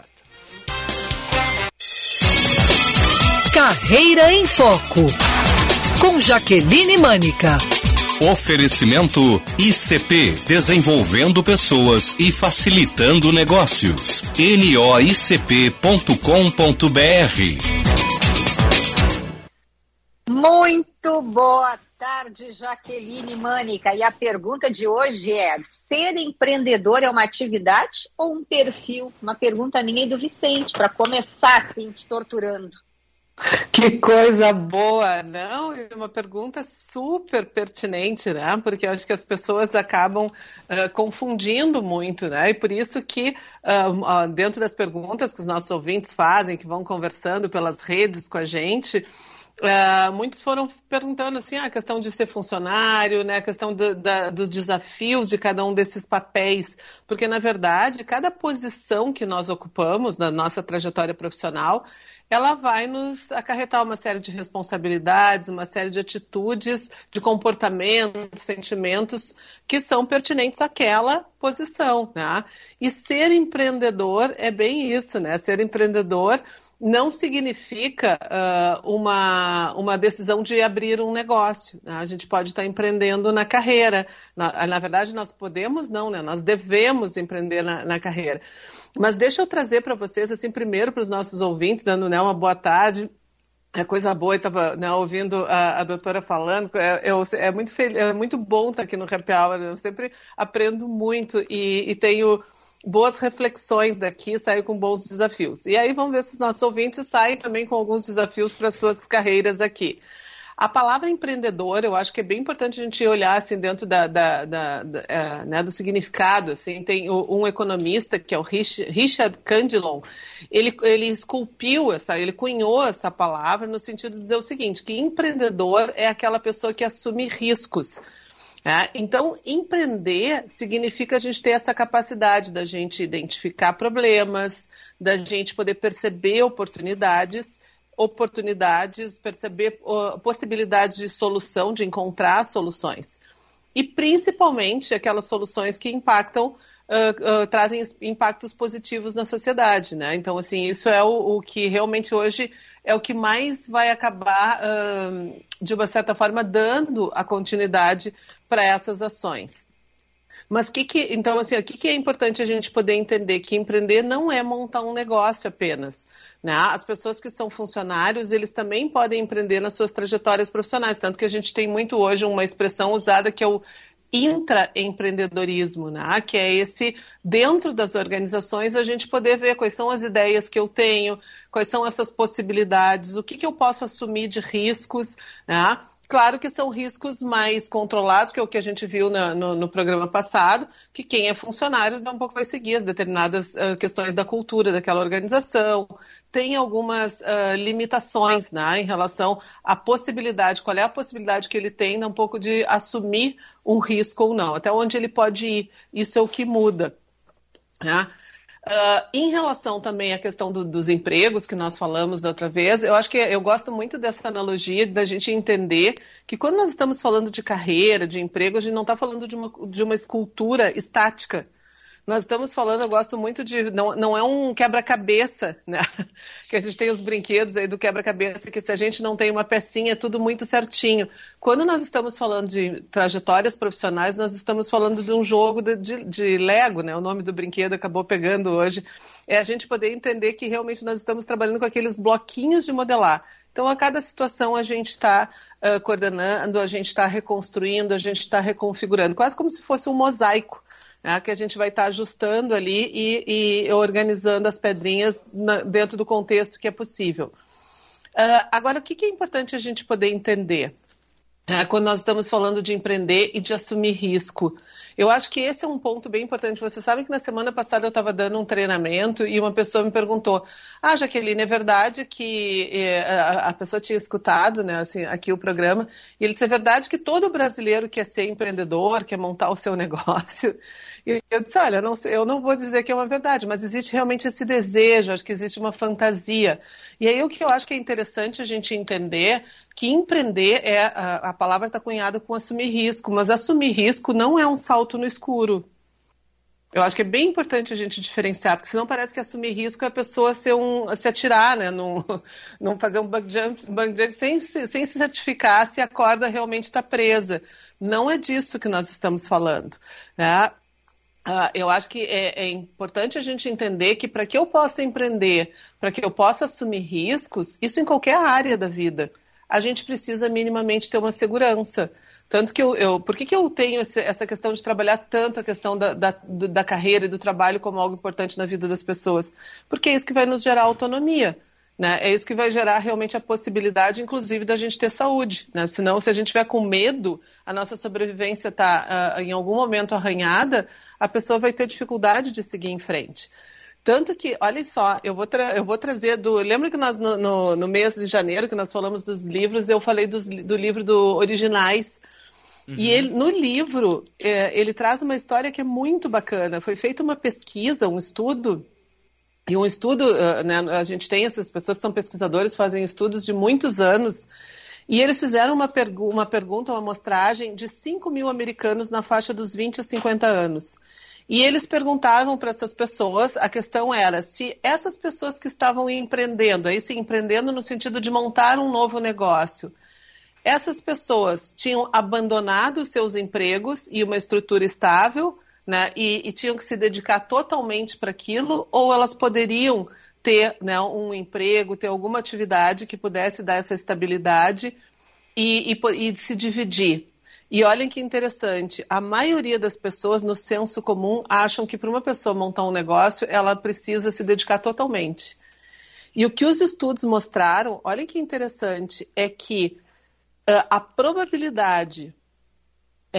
Carreira em Foco, com Jaqueline Mânica. Oferecimento ICP, desenvolvendo pessoas e facilitando negócios. noicp.com.br. Muito boa tarde, Jaqueline Mânica. E a pergunta de hoje é: ser empreendedor é uma atividade ou um perfil? Uma pergunta minha e do Vicente, para começar assim, te torturando. Que coisa boa, não? É uma pergunta super pertinente, né? Porque eu acho que as pessoas acabam confundindo muito, né? E por isso que dentro das perguntas que os nossos ouvintes fazem, que vão conversando pelas redes com a gente, muitos foram perguntando assim, a questão de ser funcionário, né? A questão dos desafios de cada um desses papéis, porque na verdade cada posição que nós ocupamos na nossa trajetória profissional, ela vai nos acarretar uma série de responsabilidades, uma série de atitudes, de comportamentos, sentimentos que são pertinentes àquela posição, né? E ser empreendedor é bem isso, né? Ser empreendedor não significa uma decisão de abrir um negócio, né? A gente pode estar empreendendo na carreira. Na verdade, nós podemos não, né? Nós devemos empreender na carreira. Mas deixa eu trazer para vocês, assim, primeiro para os nossos ouvintes, dando, né, uma boa tarde. É coisa boa, eu estava, né, ouvindo a doutora falando, é muito bom estar aqui no Happy Hour, eu sempre aprendo muito e tenho boas reflexões daqui, saio com bons desafios. E aí vamos ver se os nossos ouvintes saem também com alguns desafios para suas carreiras aqui. A palavra empreendedor, eu acho que é bem importante a gente olhar assim, dentro né, do significado. Assim, tem um economista, que é o Richard Candillon, ele esculpiu ele cunhou essa palavra no sentido de dizer o seguinte, que empreendedor é aquela pessoa que assume riscos. Então, empreender significa a gente ter essa capacidade da gente identificar problemas, da gente poder perceber oportunidades, perceber possibilidades de solução, de encontrar soluções. E principalmente aquelas soluções que trazem impactos positivos na sociedade, né? Então, assim, isso é o que realmente hoje é o que mais vai acabar, de uma certa forma, dando a continuidade para essas ações. Mas então, assim, o que é importante a gente poder entender? Que empreender não é montar um negócio apenas, né? As pessoas que são funcionários, eles também podem empreender nas suas trajetórias profissionais, tanto que a gente tem muito hoje uma expressão usada que é o intraempreendedorismo, né? Que é esse, dentro das organizações, a gente poder ver quais são as ideias que eu tenho, quais são essas possibilidades, o que eu posso assumir de riscos, né? Claro que são riscos mais controlados, que é o que a gente viu no programa passado, que quem é funcionário um pouco vai seguir as determinadas questões da cultura daquela organização, tem algumas limitações, né, em relação à possibilidade, qual é a possibilidade que ele tem um pouco de assumir um risco ou não, até onde ele pode ir, isso é o que muda, né? Em relação também à questão dos empregos que nós falamos da outra vez, eu acho que eu gosto muito dessa analogia da gente entender que quando nós estamos falando de carreira, de emprego, a gente não está falando de uma escultura estática. Nós estamos falando, eu gosto muito de... Não é um quebra-cabeça, né? Que a gente tem os brinquedos aí do quebra-cabeça, que se a gente não tem uma pecinha, é tudo muito certinho. Quando nós estamos falando de trajetórias profissionais, nós estamos falando de um jogo de Lego, né? O nome do brinquedo acabou pegando hoje. É a gente poder entender que realmente nós estamos trabalhando com aqueles bloquinhos de modelar. Então, a cada situação a gente está coordenando, a gente está reconstruindo, a gente está reconfigurando. Quase como se fosse um mosaico. Que a gente vai estar ajustando ali e organizando as pedrinhas dentro do contexto que é possível. Agora, o que é importante a gente poder entender quando nós estamos falando de empreender e de assumir risco? Eu acho que esse é um ponto bem importante. Você sabe que na semana passada eu estava dando um treinamento e uma pessoa me perguntou: Jaqueline, é verdade que a pessoa tinha escutado, né, assim, aqui o programa, e ele disse: é verdade que todo brasileiro quer ser empreendedor, quer montar o seu negócio? E eu disse: olha, eu não vou dizer que é uma verdade, mas existe realmente esse desejo, acho que existe uma fantasia. E aí o que eu acho que é interessante a gente entender que empreender a palavra está cunhada com assumir risco, mas assumir risco não é um salto no escuro. Eu acho que é bem importante a gente diferenciar, porque senão parece que assumir risco é a pessoa se atirar, né, não fazer um bungee jump sem se certificar se a corda realmente está presa. Não é disso que nós estamos falando, né? Eu acho que é importante a gente entender que para que eu possa empreender, para que eu possa assumir riscos, isso em qualquer área da vida, a gente precisa minimamente ter uma segurança. Tanto que por que eu tenho essa questão de trabalhar tanto a questão da carreira e do trabalho como algo importante na vida das pessoas? Porque é isso que vai nos gerar autonomia, né? É isso que vai gerar realmente a possibilidade, inclusive, da gente ter saúde, né? Senão, se a gente tiver com medo, a nossa sobrevivência está em algum momento arranhada, a pessoa vai ter dificuldade de seguir em frente. Tanto que, olha só, eu vou trazer lembra que nós, no mês de janeiro, que nós falamos dos livros, eu falei do livro do Originais. Uhum. E no livro, ele traz uma história que é muito bacana. Foi feita uma pesquisa, um estudo, e um estudo, né, a gente tem essas pessoas que são pesquisadores, fazem estudos de muitos anos, e eles fizeram uma pergunta, uma amostragem de 5.000 americanos na faixa dos 20 a 50 anos. E eles perguntavam para essas pessoas, a questão era se essas pessoas que estavam empreendendo, aí sim, empreendendo no sentido de montar um novo negócio, essas pessoas tinham abandonado os seus empregos e uma estrutura estável, né, e tinham que se dedicar totalmente para aquilo, ou elas poderiam ter, né, um emprego, ter alguma atividade que pudesse dar essa estabilidade e se dividir. E olhem que interessante, a maioria das pessoas no senso comum acham que para uma pessoa montar um negócio, ela precisa se dedicar totalmente. E o que os estudos mostraram, olhem que interessante, é que a probabilidade é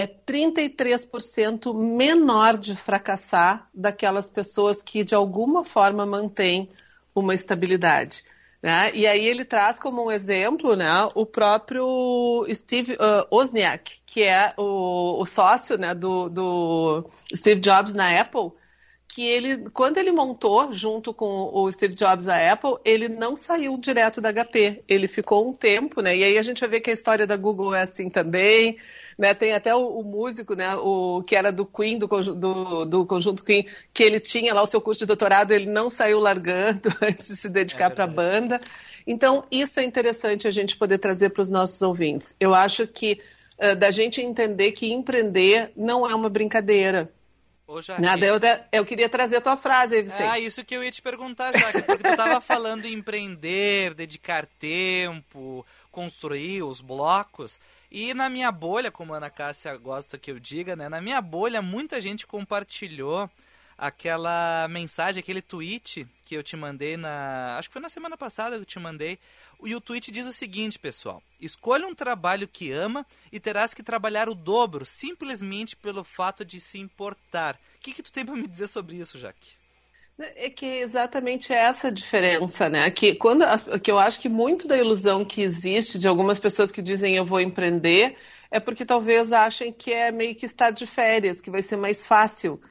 33% menor de fracassar daquelas pessoas que de alguma forma mantêm uma estabilidade. Né? E aí ele traz como um exemplo, né, o próprio Steve Wozniak, que é o sócio, né, do Steve Jobs na Apple, que quando ele montou junto com o Steve Jobs a Apple, ele não saiu direto da HP, ele ficou um tempo, né, e aí a gente vai ver que a história da Google é assim também, né, tem até o músico, né, que era do Queen, do conjunto Queen, que ele tinha lá o seu curso de doutorado, ele não saiu largando antes de se dedicar para a banda. Então, isso é interessante a gente poder trazer para os nossos ouvintes. Eu acho que da gente entender que empreender não é uma brincadeira. Nada, eu queria trazer a tua frase aí, Vicente. Isso que eu ia te perguntar, Jaque, porque tu estava falando em empreender, dedicar tempo, construir os blocos. E na minha bolha, como a Ana Cássia gosta que eu diga, né? Na minha bolha, muita gente compartilhou aquela mensagem, aquele tweet que eu te mandei acho que foi na semana passada que eu te mandei. E o tweet diz o seguinte, pessoal: escolha um trabalho que ama e terás que trabalhar o dobro, simplesmente pelo fato de se importar. O que tu tem para me dizer sobre isso, Jaque? É que é exatamente essa a diferença, né? Que eu acho que muito da ilusão que existe de algumas pessoas que dizem eu vou empreender é porque talvez achem que é meio que estar de férias, que vai ser mais fácil.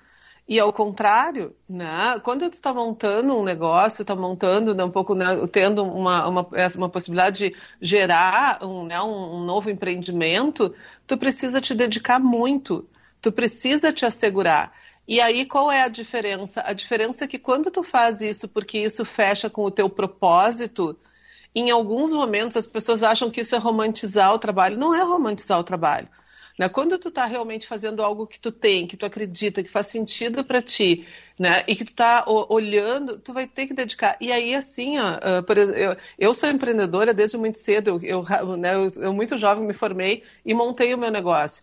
E ao contrário, né? Quando tu está montando um negócio, está montando, né, um pouco, né, tendo uma possibilidade de gerar um novo empreendimento, tu precisa te dedicar muito, tu precisa te assegurar. E aí qual é a diferença? A diferença é que quando tu faz isso porque isso fecha com o teu propósito, em alguns momentos as pessoas acham que isso é romantizar o trabalho. Não é romantizar o trabalho. Né? Quando tu está realmente fazendo algo que tu tem, que tu acredita, que faz sentido para ti, né? E que tu está olhando, tu vai ter que dedicar. E aí, assim, ó, por exemplo, eu sou empreendedora desde muito cedo. Eu muito jovem me formei e montei o meu negócio.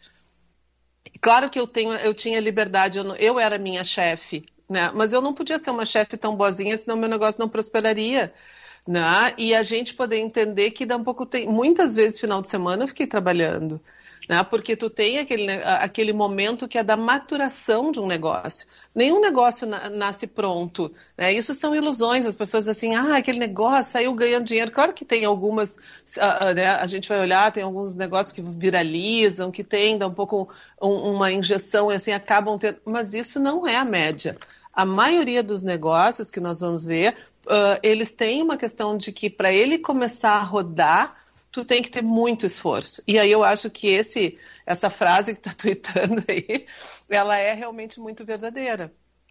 Claro que eu tinha liberdade, eu era minha chefe, né? Mas eu não podia ser uma chefe tão boazinha, senão meu negócio não prosperaria. Né? E a gente poder entender que dá um pouco muitas vezes final de semana eu fiquei trabalhando. Né? Porque tu tem aquele momento que é da maturação de um negócio. Nenhum negócio nasce pronto. Né? Isso são ilusões. As pessoas assim, aquele negócio saiu ganhando dinheiro. Claro que tem algumas, né? A gente vai olhar, tem alguns negócios que viralizam, que tem, dá um pouco uma injeção e assim acabam tendo. Mas isso não é a média. A maioria dos negócios que nós vamos ver, eles têm uma questão de que para ele começar a rodar, tu tem que ter muito esforço. E aí eu acho que essa frase que está tweetando aí, ela é realmente muito verdadeira.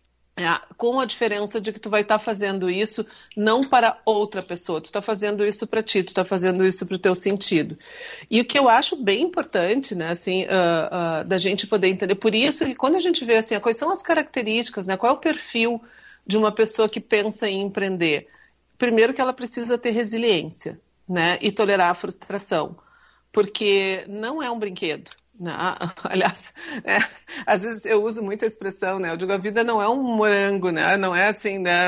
Com a diferença de que tu vai estar fazendo isso não para outra pessoa, tu está fazendo isso para ti, tu está fazendo isso para o teu sentido. E o que eu acho bem importante, né, assim, da gente poder entender, por isso que quando a gente vê assim, quais são as características, né, qual é o perfil de uma pessoa que pensa em empreender? Primeiro que ela precisa ter resiliência, né, e tolerar a frustração, porque não é um brinquedo. Né? Aliás, às vezes eu uso muito a expressão, né? Eu digo, a vida não é um morango, né? Não é assim, né?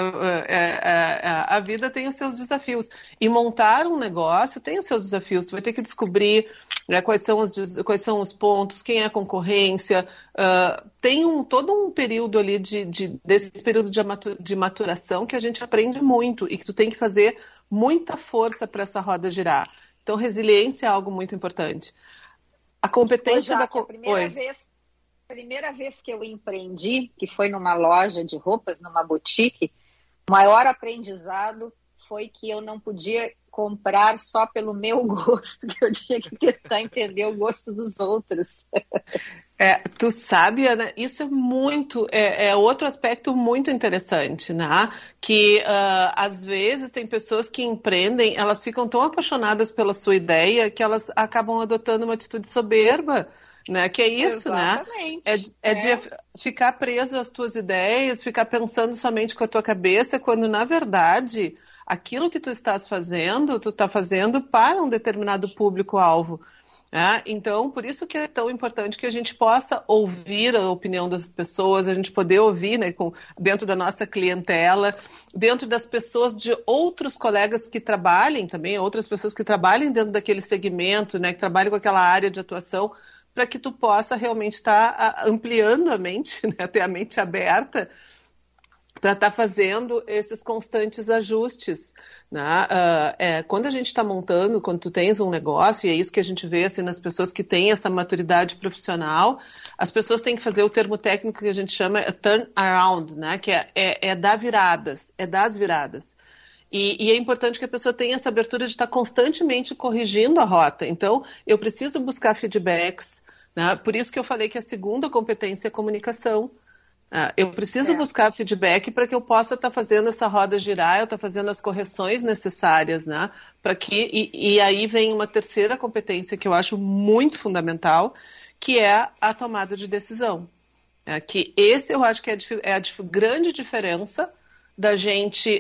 A vida tem os seus desafios. E montar um negócio tem os seus desafios. Tu vai ter que descobrir, né, quais são os pontos, quem é a concorrência. Tem todo um período ali desse período de maturação que a gente aprende muito e que tu tem que fazer muita força para essa roda girar. Então, resiliência é algo muito importante. A competência da... Primeira vez que eu empreendi, que foi numa loja de roupas, numa boutique, o maior aprendizado foi que eu não podia comprar só pelo meu gosto, que eu tinha que tentar entender o gosto dos outros. Tu sabe, Ana, isso é muito, outro aspecto muito interessante, né? Que às vezes tem pessoas que empreendem, elas ficam tão apaixonadas pela sua ideia que elas acabam adotando uma atitude soberba, né? Que é isso, exatamente, né? De ficar preso às tuas ideias, ficar pensando somente com a tua cabeça, quando na verdade aquilo que tu estás fazendo, tu está fazendo para um determinado público-alvo. Então, por isso que é tão importante que a gente possa ouvir a opinião das pessoas, a gente poder ouvir, né, dentro da nossa clientela, dentro das pessoas de outros colegas que trabalhem também, outras pessoas que trabalhem dentro daquele segmento, né, que trabalhem com aquela área de atuação, para que tu possa realmente estar ampliando a mente, né, ter a mente aberta, para estar fazendo esses constantes ajustes. Né? Quando a gente está montando, quando tu tens um negócio, e é isso que a gente vê assim, nas pessoas que têm essa maturidade profissional, as pessoas têm que fazer o termo técnico que a gente chama turn around, né? Que é dar viradas, das viradas. E é importante que a pessoa tenha essa abertura de estar constantemente corrigindo a rota. Então, eu preciso buscar feedbacks, né? Por isso que eu falei que a segunda competência é comunicação. Eu preciso buscar feedback para que eu possa estar fazendo essa roda girar, eu estar fazendo as correções necessárias, né? E aí vem uma terceira competência que eu acho muito fundamental, que é a tomada de decisão. Que esse eu acho que é a grande diferença da gente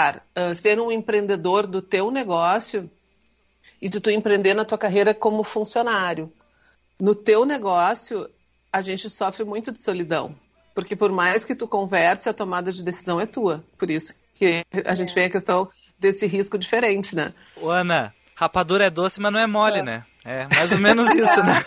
ser um empreendedor do teu negócio e de tu empreender na tua carreira como funcionário. No teu negócio, a gente sofre muito de solidão. Porque por mais que tu converse, a tomada de decisão é tua. Por isso que a gente vê a questão desse risco diferente, né? Ô, Ana, rapadura é doce, mas não é mole, né? É mais ou menos isso, né?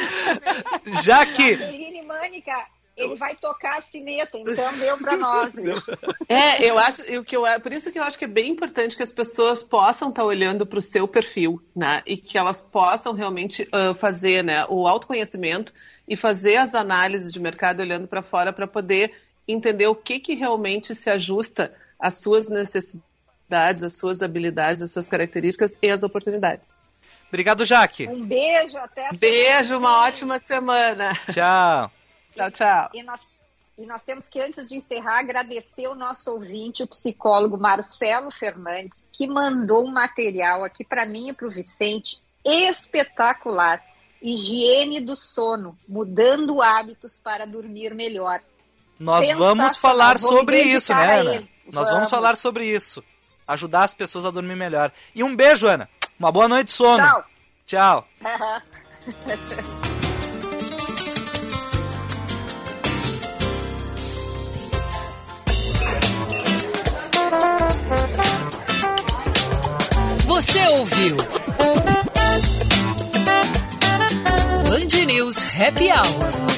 Já que... Mânica, ele vai tocar a sineta, então deu pra nós, viu? Eu acho, por isso que eu acho que é bem importante que as pessoas possam estar olhando para o seu perfil, né? E que elas possam realmente fazer, né, o autoconhecimento e fazer as análises de mercado olhando para fora para poder entender o que realmente se ajusta às suas necessidades, às suas habilidades, às suas características e às oportunidades. Obrigado, Jaque. Um beijo, até a Beijo, uma ótima semana. Tchau. Tchau. E nós temos que, antes de encerrar, agradecer o nosso ouvinte, o psicólogo Marcelo Fernandes, que mandou um material aqui para mim e para o Vicente espetacular. Higiene do sono, mudando hábitos para dormir melhor. Nós vamos falar sobre isso, né, Ana? Nós vamos falar sobre isso. Ajudar as pessoas a dormir melhor. E um beijo, Ana. Uma boa noite de sono. Tchau. Você ouviu Band News Happy Hour.